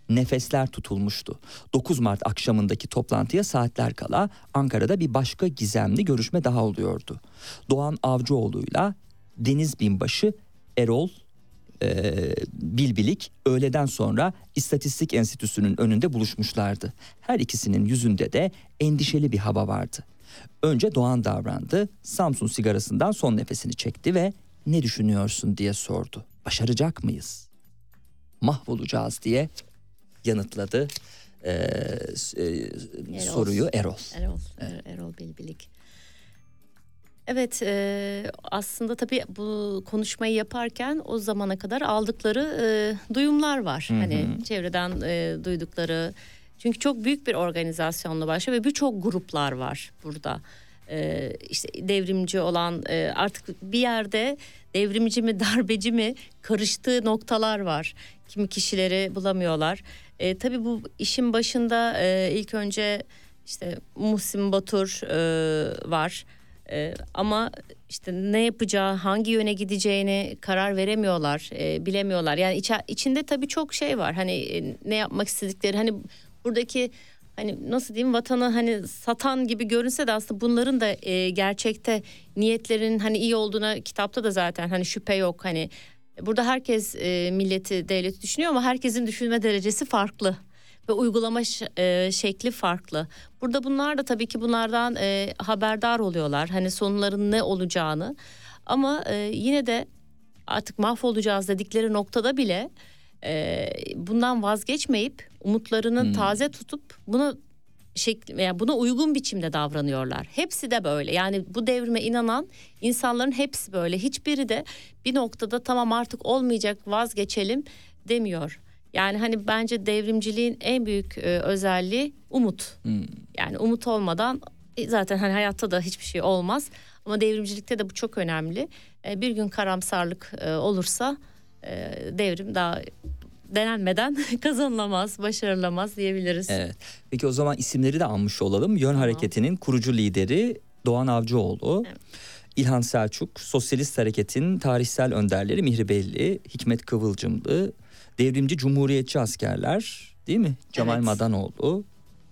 nefesler tutulmuştu. dokuz Mart akşamındaki toplantıya saatler kala Ankara'da bir başka gizemli görüşme daha oluyordu. Doğan Avcıoğlu'yla Deniz Binbaşı Erol e, Bilbilik öğleden sonra İstatistik Enstitüsü'nün önünde buluşmuşlardı. Her ikisinin yüzünde de endişeli bir hava vardı. Önce Doğan davrandı, Samsun sigarasından son nefesini çekti ve "Ne düşünüyorsun?" diye sordu. "Başaracak mıyız? Mahvolacağız" diye yanıtladı e, e, soruyu Erol. Erol, evet. Erol Bilbilik. Evet, e, aslında tabii bu konuşmayı yaparken o zamana kadar aldıkları e, duyumlar var. Hı hı. Hani çevreden e, duydukları. Çünkü çok büyük bir organizasyonla başlıyor ve birçok gruplar var burada. Ee, işte devrimci olan e, artık bir yerde devrimci mi darbeci mi karıştığı noktalar var. Kimi kişileri bulamıyorlar. E, tabii bu işin başında e, ilk önce işte Muhsin Batur e, var. E, ama işte ne yapacağı, hangi yöne gideceğini karar veremiyorlar, e, bilemiyorlar. Yani iç, içinde tabii çok şey var. Hani e, ne yapmak istedikleri, hani buradaki hani nasıl diyeyim, vatanı hani satan gibi görünse de aslında bunların da e, gerçekte niyetlerin hani iyi olduğuna kitapta da zaten hani şüphe yok. Hani burada herkes e, milleti, devleti düşünüyor ama herkesin düşünme derecesi farklı ve uygulama ş- e, şekli farklı. Burada bunlar da tabii ki bunlardan e, haberdar oluyorlar. Hani sonların ne olacağını, ama e, yine de artık mahvolacağız dedikleri noktada bile e, bundan vazgeçmeyip umutlarını hmm. taze tutup buna şekli veya buna uygun biçimde davranıyorlar. Hepsi de böyle. Yani bu devrime inanan insanların hepsi böyle. Hiçbiri de bir noktada tamam artık olmayacak, vazgeçelim demiyor. Yani hani bence devrimciliğin en büyük e, özelliği umut. Hmm. Yani umut olmadan zaten hani hayatta da hiçbir şey olmaz. Ama devrimcilikte de bu çok önemli. E, bir gün karamsarlık e, olursa e, devrim daha denenmeden kazanılamaz, başarılamaz diyebiliriz. Evet. Peki o zaman isimleri de anmış olalım. Yön tamam. Hareketi'nin kurucu lideri Doğan Avcıoğlu. Evet. İlhan Selçuk, Sosyalist Hareket'in tarihsel önderleri Mihri Belli, Hikmet Kıvılcımlı, devrimci Cumhuriyetçi askerler, değil mi? Cemal evet. Madanoğlu,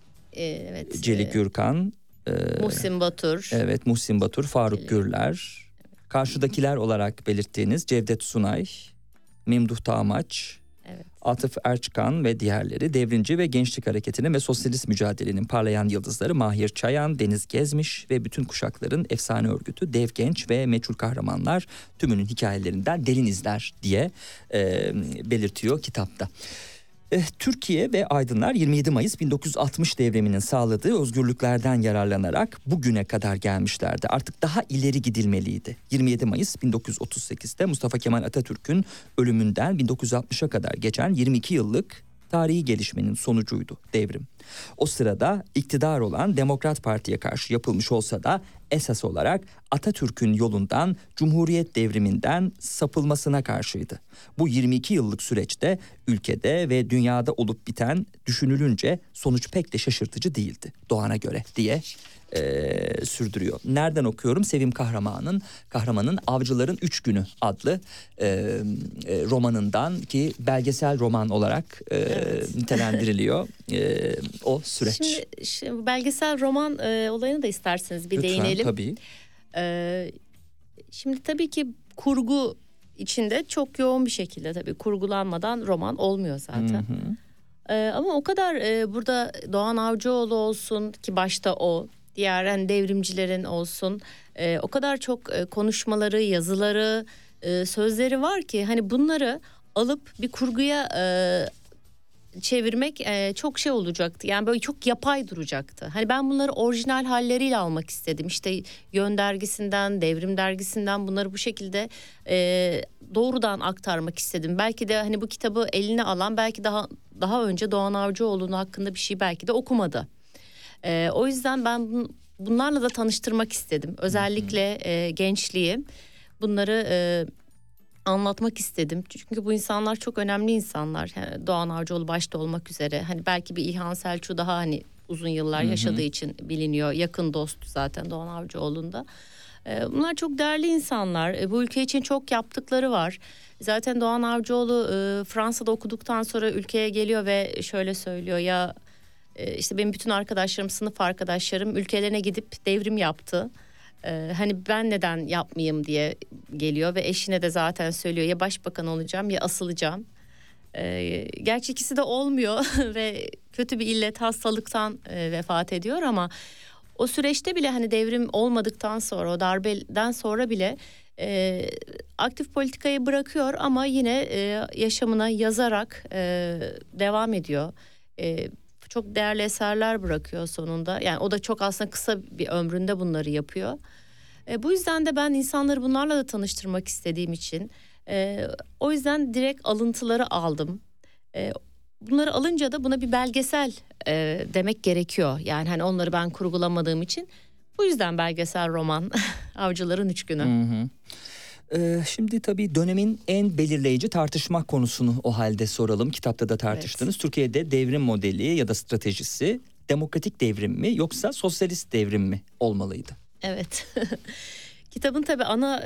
evet. Celik Gürkan, e, Muhsin Batur. Evet, Muhsin Batur, Faruk Celik. Gürler. Karşıdakiler olarak belirttiğiniz Cevdet Sunay, Memduh Tağmaç, evet. Atıf Erçkan ve diğerleri. Devrimci ve Gençlik Hareketi'nin ve sosyalist mücadelenin parlayan yıldızları Mahir Çayan, Deniz Gezmiş ve bütün kuşakların efsane örgütü Dev Genç ve Meçhul Kahramanlar tümünün hikayelerinden derin izler diye e, belirtiyor kitapta. E, Türkiye ve aydınlar yirmi yedi Mayıs bin dokuz yüz altmış devriminin sağladığı özgürlüklerden yararlanarak bugüne kadar gelmişlerdi. Artık daha ileri gidilmeliydi. yirmi yedi Mayıs bin dokuz yüz otuz sekizde Mustafa Kemal Atatürk'ün ölümünden bin dokuz yüz altmışa kadar geçen yirmi iki yıllık tarihi gelişmenin sonucuydu devrim. O sırada iktidar olan Demokrat Parti'ye karşı yapılmış olsa da esas olarak Atatürk'ün yolundan, Cumhuriyet devriminden sapılmasına karşıydı. Bu yirmi iki yıllık süreçte ülkede ve dünyada olup biten düşünülünce sonuç pek de şaşırtıcı değildi Doğan'a göre diye e, sürdürüyor. Nereden okuyorum? Sevim Kahraman'ın Kahraman'ın Avcıların Üç Günü adlı e, e, romanından, ki belgesel roman olarak e, evet. nitelendiriliyor e, o süreç. Şimdi, şimdi belgesel roman e, olayını da isterseniz bir Lütfen, değinelim. Tabii. E, şimdi tabii ki kurgu içinde çok yoğun bir şekilde, tabii kurgulanmadan roman olmuyor zaten. Hı hı. Ee, ama o kadar e, burada Doğan Avcıoğlu olsun ki başta o, diğer hani devrimcilerin olsun, e, o kadar çok e, konuşmaları, yazıları, e, sözleri var ki hani bunları alıp bir kurguya e, çevirmek e, çok şey olacaktı. Yani böyle çok yapay duracaktı. Hani ben bunları orijinal halleriyle almak istedim. İşte Yön dergisinden, Devrim dergisinden bunları bu şekilde e, doğrudan aktarmak istedim. Belki de hani bu kitabı eline alan belki daha daha önce Doğan Avcıoğlu'nun hakkında bir şey belki de okumadı. E, o yüzden ben bun, bunlarla da tanıştırmak istedim. Özellikle e, gençliği, bunları e, anlatmak istedim. Çünkü bu insanlar çok önemli insanlar. Yani Doğan Avcıoğlu başta olmak üzere. Hani belki bir İlhan Selçuk daha hani uzun yıllar yaşadığı hı hı. için biliniyor. Yakın dostu zaten Doğan Avcıoğlu'nda. E, bunlar çok değerli insanlar. E, bu ülke için çok yaptıkları var. Zaten Doğan Avcıoğlu e, Fransa'da okuduktan sonra ülkeye geliyor ve şöyle söylüyor ya e, işte benim bütün arkadaşlarım, sınıf arkadaşlarım ülkelerine gidip devrim yaptı. E, hani ben neden yapmayayım diye geliyor ve eşine de zaten söylüyor ya başbakan olacağım ya asılacağım. E, gerçi ikisi de olmuyor ve kötü bir illet hastalıktan e, vefat ediyor ama o süreçte bile hani devrim olmadıktan sonra o darbeden sonra bile e, aktif politikayı bırakıyor ama yine e, yaşamına yazarak e, devam ediyor. E, çok değerli eserler bırakıyor sonunda. Yani o da çok aslında kısa bir ömründe bunları yapıyor. E, bu yüzden de ben insanları bunlarla da tanıştırmak istediğim için e, o yüzden direkt alıntıları aldım. E, bunları alınca da buna bir belgesel e, demek gerekiyor. Yani hani onları ben kurgulamadığım için bu yüzden belgesel roman Avcıların Üç Günü. Hı hı. Ee, şimdi tabii dönemin en belirleyici tartışma konusunu o halde soralım. Kitapta da tartıştınız. Evet. Türkiye'de devrim modeli ya da stratejisi demokratik devrim mi yoksa sosyalist devrim mi olmalıydı? Evet. Kitabın tabii ana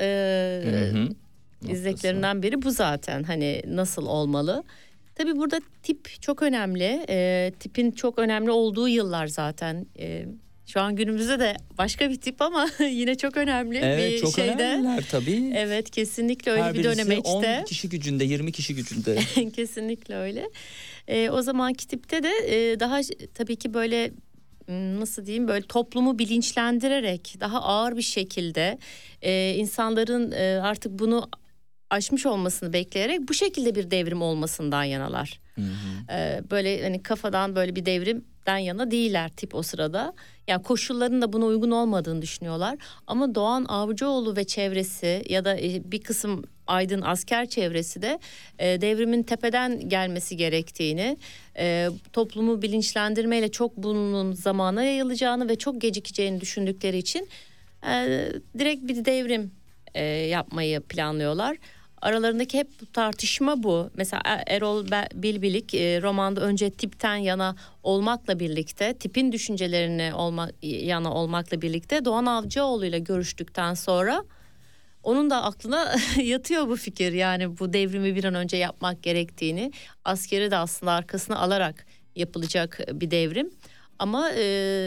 e, izleklerinden biri bu zaten. Hani nasıl olmalı? Tabii burada tip çok önemli. E, tipin çok önemli olduğu yıllar zaten. E, şu an günümüzde de başka bir tip ama yine çok önemli evet, bir çok şeyde. önemliler tabii. Evet, kesinlikle öyle her bir dönemeçte. on kişi gücünde, yirmi kişi gücünde. Kesinlikle öyle. E, o zamanki tipte de e, daha tabii ki böyle nasıl diyeyim böyle toplumu bilinçlendirerek daha ağır bir şekilde e, insanların e, artık bunu aşmış olmasını bekleyerek bu şekilde bir devrim olmasından yanalar. Hı hı. E, böyle hani kafadan böyle bir devrimden yana değiller tip o sırada. Yani koşulların da buna uygun olmadığını düşünüyorlar. Ama Doğan Avcıoğlu ve çevresi ya da bir kısım aydın asker çevresi de e, devrimin tepeden gelmesi gerektiğini, e, toplumu bilinçlendirmeyle çok bunun zamana yayılacağını ve çok gecikeceğini düşündükleri için e, direkt bir devrim e, yapmayı planlıyorlar. Aralarındaki hep bu tartışma bu. Mesela Erol Bilbilik e, romanda önce tipten yana olmakla birlikte, tipin düşüncelerini olma, yana olmakla birlikte Doğan Avcıoğlu ile görüştükten sonra onun da aklına yatıyor bu fikir. Yani bu devrimi bir an önce yapmak gerektiğini, askeri de aslında arkasına alarak yapılacak bir devrim. Ama e,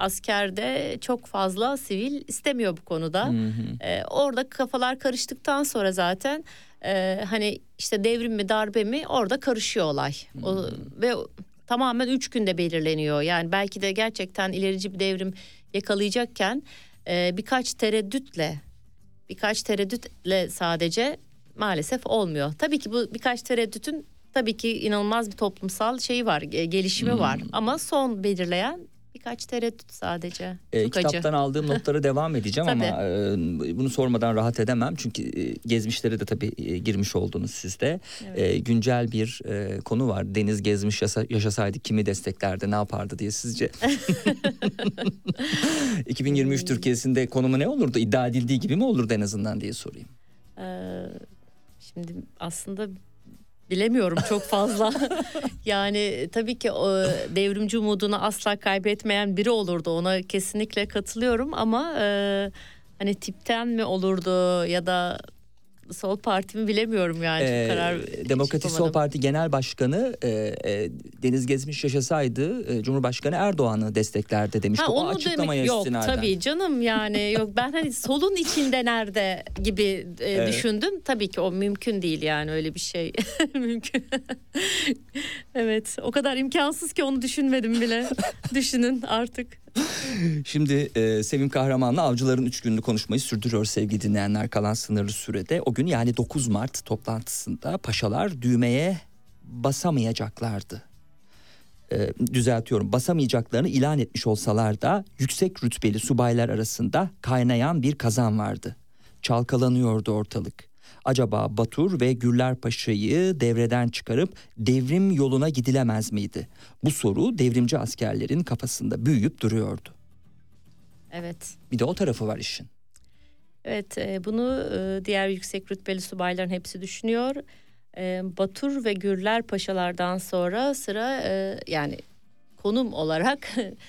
askerde çok fazla sivil istemiyor bu konuda. Hı hı. E, orada kafalar karıştıktan sonra zaten e, hani işte devrim mi darbe mi orada karışıyor olay. Hı hı. O, ve tamamen üç günde belirleniyor. Yani belki de gerçekten ilerici bir devrim yakalayacakken e, birkaç tereddütle birkaç tereddütle sadece maalesef olmuyor. Tabii ki bu birkaç tereddütün tabii ki inanılmaz bir toplumsal şeyi var, gelişimi hmm. var. Ama son belirleyen birkaç tereddüt sadece. E, kitaptan acı. aldığım notlara devam edeceğim ama e, bunu sormadan rahat edemem. Çünkü e, gezmişlere de tabii e, girmiş oldunuz siz de. Evet. E, güncel bir e, konu var. Deniz Gezmiş yasa, yaşasaydı kimi desteklerdi, ne yapardı diye sizce? iki bin yirmi üç Türkiye'sinde konumu ne olurdu? İddia edildiği gibi mi olurdu en azından diye sorayım. Ee, şimdi aslında... Bilemiyorum çok fazla. Yani tabii ki o devrimci umudunu asla kaybetmeyen biri olurdu. Ona kesinlikle katılıyorum ama e, hani tipten mi olurdu ya da Sol Parti mi bilemiyorum yani. Ee, karar Demokratik Sol Parti Genel Başkanı e, e, Deniz Gezmiş yaşasaydı e, Cumhurbaşkanı Erdoğan'ı desteklerdi demişti. Ha, o açıklamaya demek, istinaden. Yok tabii canım yani yok ben hani solun içinde nerede gibi e, evet. düşündüm. Tabii ki o mümkün değil yani öyle bir şey mümkün. Evet o kadar imkansız ki onu düşünmedim bile. Düşünün artık. Şimdi e, Sevim Kahraman'la Avcıların Üç Günlü konuşmayı sürdürüyor sevgili dinleyenler kalan sınırlı sürede. O gün yani dokuz Mart toplantısında paşalar düğmeye basamayacaklardı. E, düzeltiyorum basamayacaklarını ilan etmiş olsalar da yüksek rütbeli subaylar arasında kaynayan bir kazan vardı. Çalkalanıyordu ortalık. Acaba Batur ve Gürler Paşa'yı devreden çıkarıp devrim yoluna gidilemez miydi? Bu soru devrimci askerlerin kafasında büyüyüp duruyordu. Evet. Bir de o tarafı var işin. Evet, bunu diğer yüksek rütbeli subayların hepsi düşünüyor. Batur ve Gürler Paşalardan sonra sıra yani konum olarak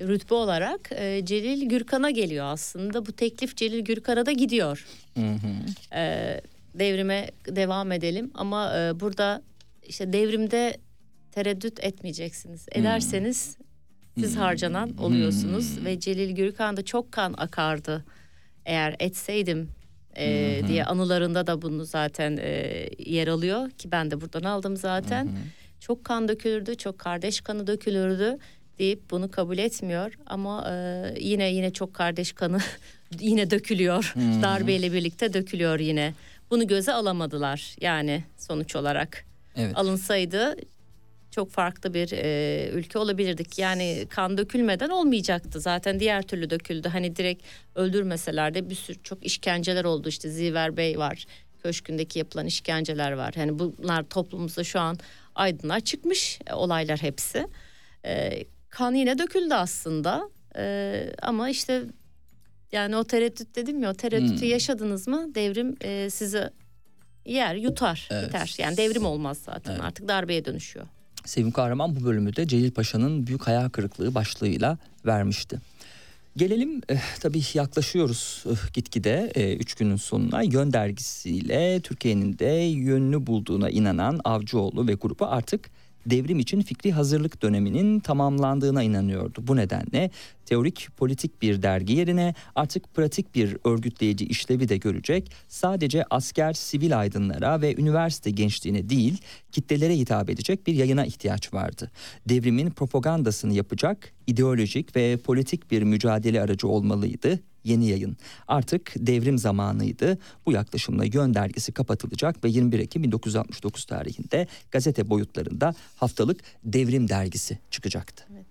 rütbe olarak e, Celil Gürkan'a geliyor aslında. Bu teklif Celil Gürkan'a da gidiyor. Hı hı. E, devrime devam edelim ama e, burada işte devrimde tereddüt etmeyeceksiniz. Ederseniz siz harcanan oluyorsunuz hmm. ve Celil Gürkan da çok kan akardı. Eğer etseydim e, hmm. diye anılarında da bunu zaten e, yer alıyor ki ben de buradan aldım zaten. Hmm. Çok kan dökülürdü, çok kardeş kanı dökülürdü deyip bunu kabul etmiyor ama e, yine yine çok kardeş kanı yine dökülüyor. Hmm. Darbeyle birlikte dökülüyor yine. Bunu göze alamadılar yani sonuç olarak. Evet. Alınsaydı çok farklı bir e, ülke olabilirdik. Yani kan dökülmeden olmayacaktı. Zaten diğer türlü döküldü. Hani direkt öldürmeseler de bir sürü çok işkenceler oldu. İşte Ziver Bey var. Köşkündeki yapılan işkenceler var. Yani bunlar toplumumuzda şu an aydınlığa çıkmış e, olaylar hepsi. E, kan yine döküldü aslında. E, ama işte yani o tereddüt dedim ya, o tereddütü hmm. yaşadınız mı devrim e, sizi yer yutar, evet. biter. Yani devrim olmaz zaten, evet. artık darbeye dönüşüyor. Sevim Kahraman bu bölümü de Celil Paşa'nın büyük hayal kırıklığı başlığıyla vermişti. Gelelim eh, tabii yaklaşıyoruz eh, gitgide eh, üç günün sonuna. Yön dergisiyle Türkiye'nin de yönünü bulduğuna inanan Avcıoğlu ve grubu artık devrim için fikri hazırlık döneminin tamamlandığına inanıyordu. Bu nedenle teorik politik bir dergi yerine artık pratik bir örgütleyici işlevi de görecek, sadece asker, sivil aydınlara ve üniversite gençliğine değil kitlelere hitap edecek bir yayına ihtiyaç vardı. Devrimin propagandasını yapacak ideolojik ve politik bir mücadele aracı olmalıydı yeni yayın. Artık devrim zamanıydı. Bu yaklaşımla Yön dergisi kapatılacak ve yirmi bir Ekim bin dokuz yüz altmış dokuz tarihinde gazete boyutlarında haftalık Devrim dergisi çıkacaktı. Evet.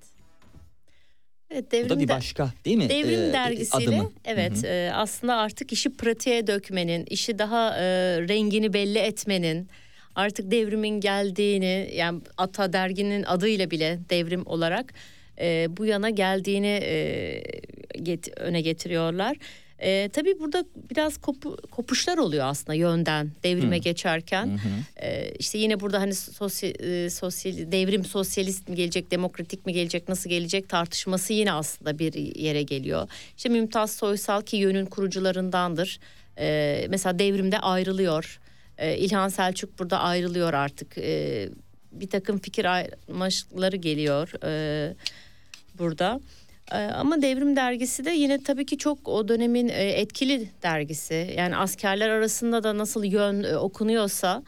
Evet, devrim bu da bir başka değil mi? Devrim ee, dergisiyle adımı. Evet, e, aslında artık işi pratiğe dökmenin, işi daha e, rengini belli etmenin, artık devrimin geldiğini, yani Ata derginin adıyla bile devrim olarak e, bu yana geldiğini e, get, öne getiriyorlar. E, tabii burada biraz kopu, kopuşlar oluyor aslında yönden devrime Hı. geçerken. Hı hı. E, işte yine burada hani sosyal, e, sosyal devrim sosyalist mi gelecek, demokratik mi gelecek, nasıl gelecek tartışması yine aslında bir yere geliyor. İşte Mümtaz Soysal ki yönün kurucularındandır. E, mesela devrimde ayrılıyor. E, İlhan Selçuk burada ayrılıyor artık. E, bir takım fikir ayrılmaları geliyor e, burada. Ama Devrim dergisi de yine tabii ki çok o dönemin etkili dergisi. Yani askerler arasında da nasıl yön okunuyorsa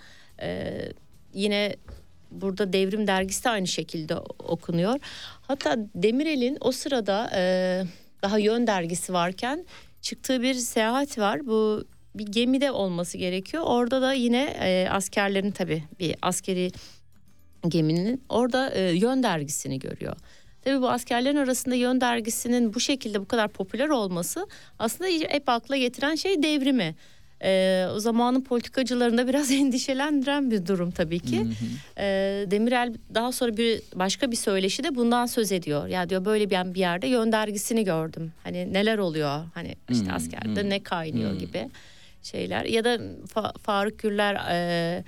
yine burada Devrim dergisi de aynı şekilde okunuyor. Hatta Demirel'in o sırada daha Yön dergisi varken çıktığı bir seyahat var. Bu bir gemide olması gerekiyor. Orada da yine askerlerin tabii bir askeri geminin orada Yön dergisini görüyor. Tabii bu askerlerin arasında Yön dergisinin bu şekilde bu kadar popüler olması aslında hep akla getiren şey devrimi. Ee, o zamanın politikacılarında biraz endişelendiren bir durum tabii ki. Hı hı. Ee, Demirel daha sonra bir başka bir söyleşi de bundan söz ediyor. Ya diyor böyle bir, bir yerde Yön dergisini gördüm. Hani neler oluyor? Hani işte hı askerde hı. ne kaynıyor hı. gibi şeyler. Ya da Fa- Faruk Gürler... E,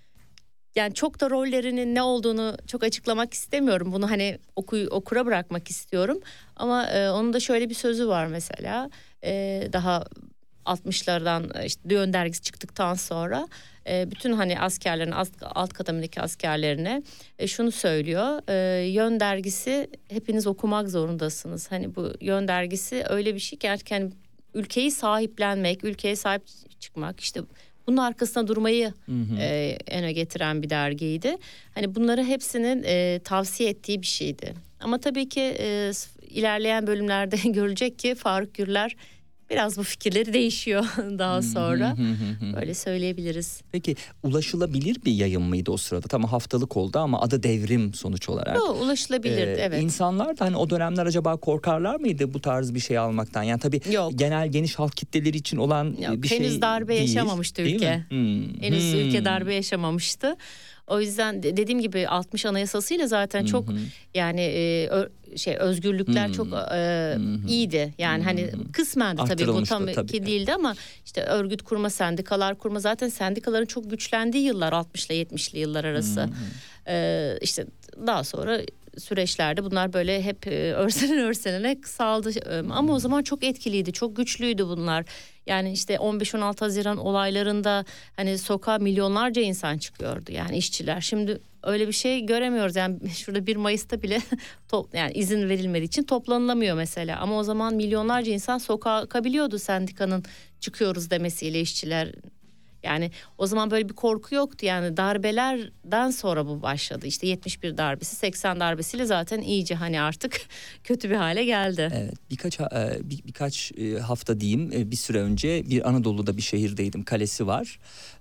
Yani çok da rollerinin ne olduğunu çok açıklamak istemiyorum. Bunu hani oku, okura bırakmak istiyorum. Ama e, onun da şöyle bir sözü var mesela. E, daha altmışlardan işte Yön dergisi çıktıktan sonra e, bütün hani askerlerin alt, alt kademedeki askerlerine e, şunu söylüyor. E, Yön dergisi hepiniz okumak zorundasınız. Hani bu Yön dergisi öyle bir şey ki yani ülkeyi sahiplenmek, ülkeye sahip çıkmak işte... Bunun arkasına durmayı hı hı. E, öne getiren bir dergiydi. Hani bunları hepsinin e, tavsiye ettiği bir şeydi. Ama tabii ki e, ilerleyen bölümlerde görülecek ki Faruk Gürler biraz bu fikirleri değişiyor daha sonra. Böyle söyleyebiliriz. Peki ulaşılabilir bir yayın mıydı o sırada? Tamam haftalık oldu ama adı devrim sonuç olarak. Yo, ulaşılabilirdi ee, evet. İnsanlar da hani o dönemler acaba korkarlar mıydı bu tarz bir şey almaktan? Yani tabii Yok. genel geniş halk kitleleri için olan Yok, bir henüz şey değil. Henüz darbe yaşamamıştı ülke. Hmm. Henüz hmm. ülke darbe yaşamamıştı. O yüzden dediğim gibi altmış Anayasası'yla zaten hı hı. çok yani e, ö, şey özgürlükler hı. çok e, iyiydi. Yani hı hı. hani kısmen de tabii bu tam tabii. ki değildi ama işte örgüt kurma, sendikalar kurma zaten sendikaların çok güçlendiği yıllar altmışlı yetmişli yıllar arası. Hı hı. E, işte daha sonra süreçlerde bunlar böyle hep e, örselen örselene kısaldı. E, ama o zaman çok etkiliydi, çok güçlüydü bunlar. Yani işte on beş on altı Haziran olaylarında hani sokağa milyonlarca insan çıkıyordu, yani işçiler. Şimdi öyle bir şey göremiyoruz. Yani şurada bir Mayıs'ta bile top, yani izin verilmediği için toplanılamıyor mesela. Ama o zaman milyonlarca insan sokağa akabiliyordu sendikanın çıkıyoruz demesiyle, işçiler. Yani o zaman böyle bir korku yoktu. Yani darbelerden sonra bu başladı. İşte yetmiş bir darbesi, seksen darbesiyle zaten iyice hani artık kötü bir hale geldi. Evet, birkaç bir, birkaç hafta diyeyim, bir süre önce bir Anadolu'da bir şehirdeydim. Kalesi var.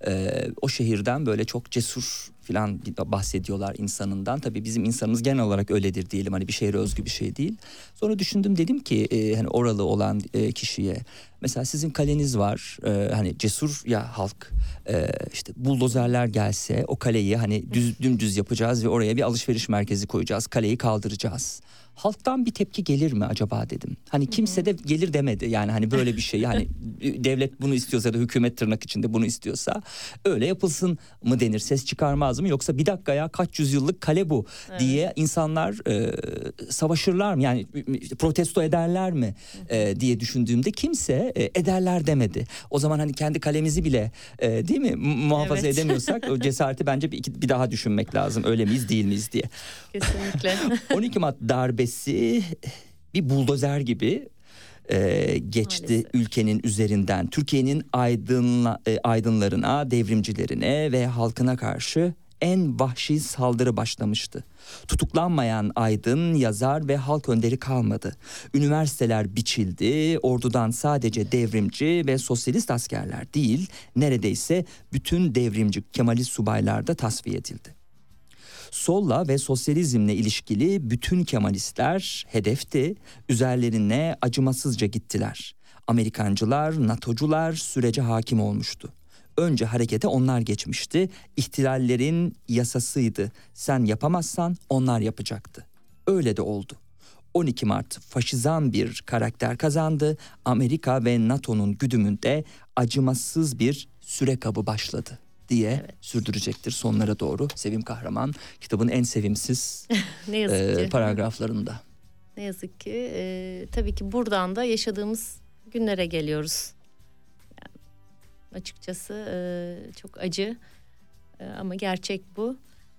O şehirden böyle çok cesur falan bahsediyorlar insanından. Tabii bizim insanımız genel olarak öyledir diyelim. Hani bir şehre özgü bir şey değil. Sonra düşündüm, dedim ki e, hani oralı olan e, kişiye, mesela sizin kaleniz var. E, hani cesur ya halk. E, işte buldozerler gelse o kaleyi hani düz dümdüz yapacağız ve oraya bir alışveriş merkezi koyacağız. Kaleyi kaldıracağız. Halktan bir tepki gelir mi acaba dedim. Hani kimse de gelir demedi. Yani hani böyle bir şey, hani devlet bunu istiyorsa ya da hükümet tırnak içinde bunu istiyorsa öyle yapılsın mı denir? Ses çıkarmaz mı? Yoksa bir dakika ya, kaç yüzyıllık kale bu, evet, diye insanlar e, savaşırlar mı? Yani protesto ederler mi e, diye düşündüğümde kimse e, ederler demedi. O zaman hani kendi kalemizi bile e, değil mi muhafaza evet. edemiyorsak o cesareti bence bir, bir daha düşünmek lazım. Öyle miyiz değil miyiz diye. Kesinlikle. on iki Mart darbesi bir buldozer gibi e, geçti maalesef ülkenin üzerinden. Türkiye'nin aydınla, e, aydınlarına, devrimcilerine ve halkına karşı en vahşi saldırı başlamıştı. Tutuklanmayan aydın, yazar ve halk önderi kalmadı. Üniversiteler biçildi, ordudan sadece devrimci ve sosyalist askerler değil, neredeyse bütün devrimci Kemalist subaylar da tasfiye edildi. Solla ve sosyalizmle ilişkili bütün Kemalistler hedefti, üzerlerine acımasızca gittiler. Amerikancılar, NATO'cular sürece hakim olmuştu. Önce harekete onlar geçmişti, ihtilallerin yasasıydı. Sen yapamazsan onlar yapacaktı. Öyle de oldu. on iki Mart faşizan bir karakter kazandı. Amerika ve NATO'nun güdümünde acımasız bir sürekabı başladı diye evet. sürdürecektir sonlara doğru Sevim Kahraman kitabın en sevimsiz ne yazık e, ki. paragraflarında. Ne yazık ki e, tabii ki buradan da yaşadığımız günlere geliyoruz. Yani açıkçası e, çok acı e, ama gerçek bu.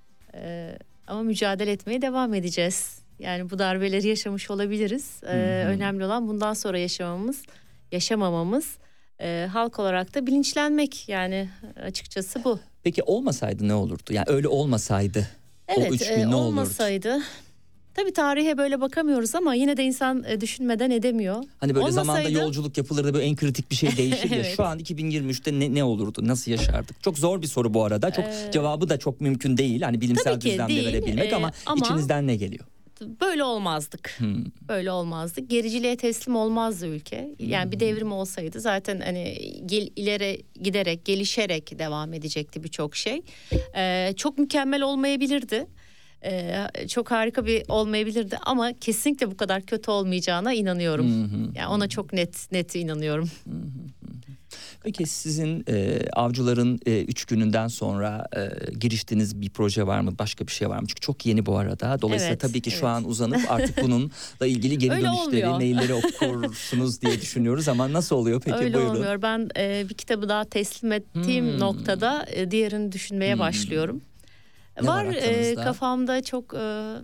E, ama mücadele etmeye devam edeceğiz. Yani bu darbeleri yaşamış olabiliriz. E, önemli olan bundan sonra yaşamamız, yaşamamamız. E, halk olarak da bilinçlenmek, yani açıkçası bu. Peki olmasaydı ne olurdu? Yani öyle olmasaydı evet, o üç gün e, ne olurdu? Olmasaydı. Tabii tarihe böyle bakamıyoruz ama yine de insan e, düşünmeden edemiyor. Hani böyle olmasaydı... zamanda yolculuk yapılır da böyle en kritik bir şey değişir ya. Evet. Şu an iki bin yirmi üçte ne, ne olurdu? Nasıl yaşardık? Çok zor bir soru bu arada. Çok ee... cevabı da çok mümkün değil. Hani bilimsel düzlemde verebilmek ee, ama, ama içinizden ne geliyor? Böyle olmazdık. Hmm. Böyle olmazdık. Gericiliğe teslim olmazdı ülke. Yani hmm. bir devrim olsaydı zaten hani gel, ileri giderek, gelişerek devam edecekti birçok şey. Ee, çok mükemmel olmayabilirdi. Ee, çok harika bir olmayabilirdi ama kesinlikle bu kadar kötü olmayacağına inanıyorum. Hmm. Yani ona çok net net inanıyorum. Hmm. Peki sizin e, avcıların e, üç gününden sonra e, giriştiğiniz bir proje var mı? Başka bir şey var mı? Çünkü çok yeni bu arada. Dolayısıyla evet, tabii ki evet. şu an uzanıp artık bununla ilgili geri dönüşleri, olmuyor. mailleri okursunuz diye düşünüyoruz ama nasıl oluyor peki? Öyle Buyurun. olmuyor. Ben e, bir kitabı daha teslim ettiğim hmm. noktada e, diğerini düşünmeye hmm. başlıyorum. Ne var var e, kafamda çok... E,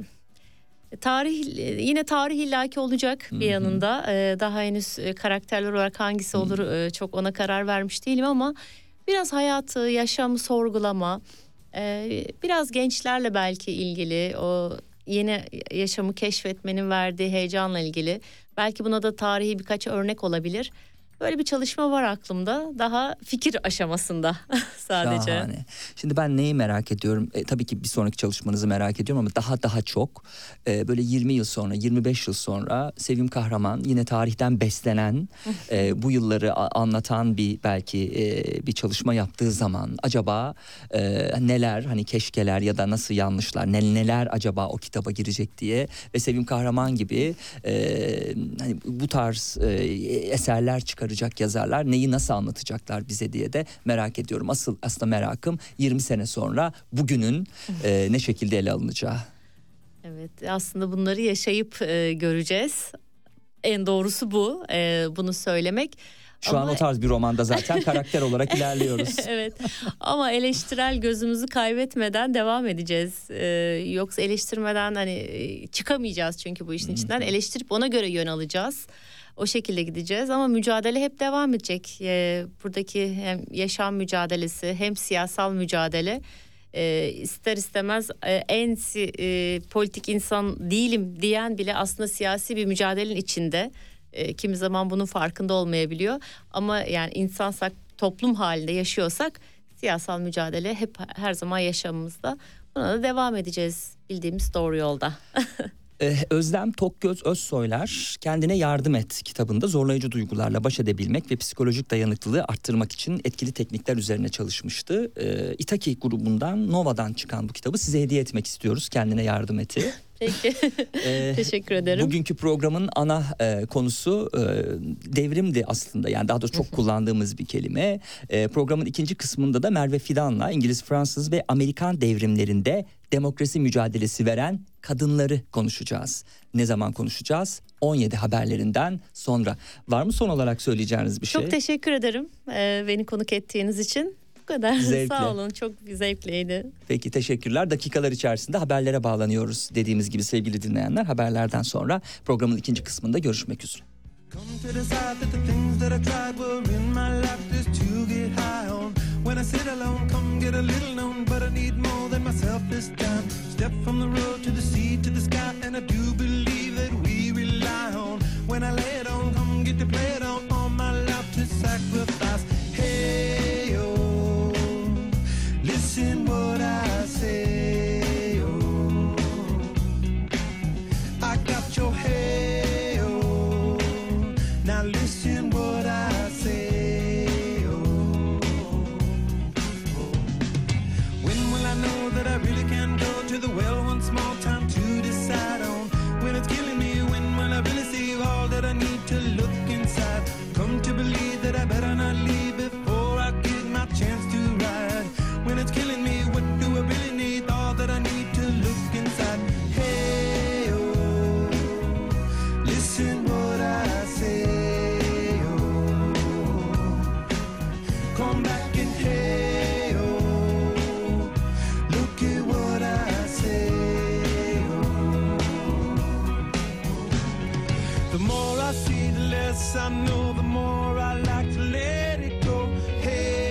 Tarih, yine tarih illaki olacak bir Hı-hı. yanında. Ee, daha henüz karakterler olarak hangisi olur Hı-hı. çok ona karar vermiş değilim ama biraz hayatı, yaşamı sorgulama, e, biraz gençlerle belki ilgili, o yeni yaşamı keşfetmenin verdiği heyecanla ilgili. Belki buna da tarihi birkaç örnek olabilir. Böyle bir çalışma var aklımda. Daha fikir aşamasında sadece. Şahane. Şimdi ben neyi merak ediyorum? E, tabii ki bir sonraki çalışmanızı merak ediyorum ama daha daha çok e, böyle yirmi yıl sonra, yirmi beş yıl sonra Sevim Kahraman yine tarihten beslenen, e, bu yılları a- anlatan bir belki e, bir çalışma yaptığı zaman acaba e, neler, hani keşkeler ya da nasıl yanlışlar, ne, neler acaba o kitaba girecek diye ve Sevim Kahraman gibi e, hani bu tarz e, eserler çıkar yazarlar neyi nasıl anlatacaklar bize diye de merak ediyorum. Asıl aslında merakım yirmi sene sonra bugünün e, ne şekilde ele alınacağı. Evet, aslında bunları yaşayıp e, göreceğiz. En doğrusu bu, e, bunu söylemek. Şu ama... an o tarz bir romanda zaten karakter olarak ilerliyoruz. Evet, ama eleştirel gözümüzü kaybetmeden devam edeceğiz. Ee, yoksa eleştirmeden hani çıkamayacağız çünkü bu işin içinden. Eleştirip ona göre yön alacağız. O şekilde gideceğiz ama mücadele hep devam edecek. Ee, buradaki hem yaşam mücadelesi hem siyasal mücadele. Ee, ister istemez e, en e, politik insan değilim diyen bile aslında siyasi bir mücadelenin içinde. E, kimi zaman bunun farkında olmayabiliyor ama yani insansak, toplum halinde yaşıyorsak siyasal mücadele hep her zaman yaşamımızda. Buna da devam edeceğiz bildiğimiz doğru yolda. Özlem Tokgöz Özsoylar Kendine Yardım Et kitabında zorlayıcı duygularla baş edebilmek ve psikolojik dayanıklılığı arttırmak için etkili teknikler üzerine çalışmıştı. Itaki grubundan Nova'dan çıkan bu kitabı size hediye etmek istiyoruz. Kendine Yardım Et'i. Peki. Ee, Teşekkür ederim. Bugünkü programın ana e, konusu e, devrimdi aslında. Yani daha da çok kullandığımız bir kelime. E, programın ikinci kısmında da Merve Fidan'la İngiliz, Fransız ve Amerikan devrimlerinde demokrasi mücadelesi veren kadınları konuşacağız. Ne zaman konuşacağız? on yedi haberlerinden sonra. Var mı son olarak söyleyeceğiniz bir şey? Çok teşekkür ederim e, beni konuk ettiğiniz için. Bu kadar. Zevkle. Sağ olun, çok zevkliydi. Peki, teşekkürler. Dakikalar içerisinde haberlere bağlanıyoruz. Dediğimiz gibi sevgili dinleyenler, haberlerden sonra programın ikinci kısmında görüşmek üzere. Listen what I say, oh. I got your hey, oh. Now listen what I say, oh. When will I know that I really can go to the well one small time to decide on when it's killing me? When will I really see all that I need to look inside? Come to believe that I better not leave before I get my chance to ride. When it's killing me, what do I really need? All that I need to look inside. Hey, oh, listen what I say, oh. Come back and hey, oh, look at what I say, oh. The more I see, the less I know, the more I like to let it go. Hey,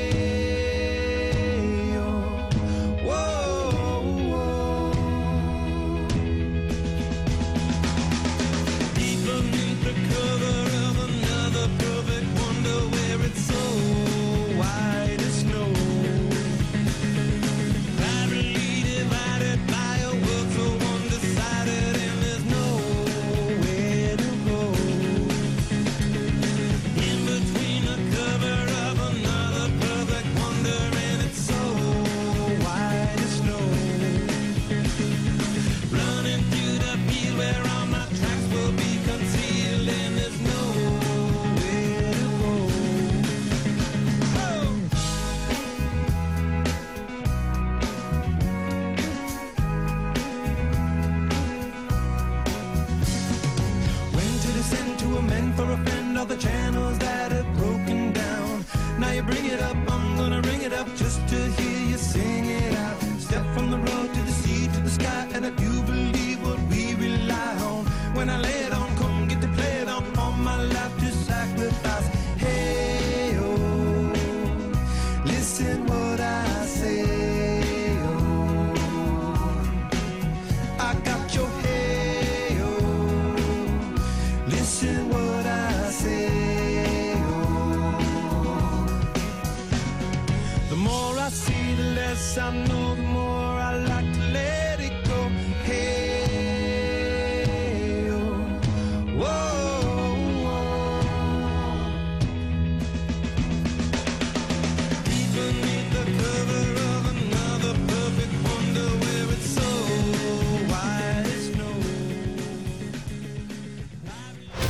I know, the more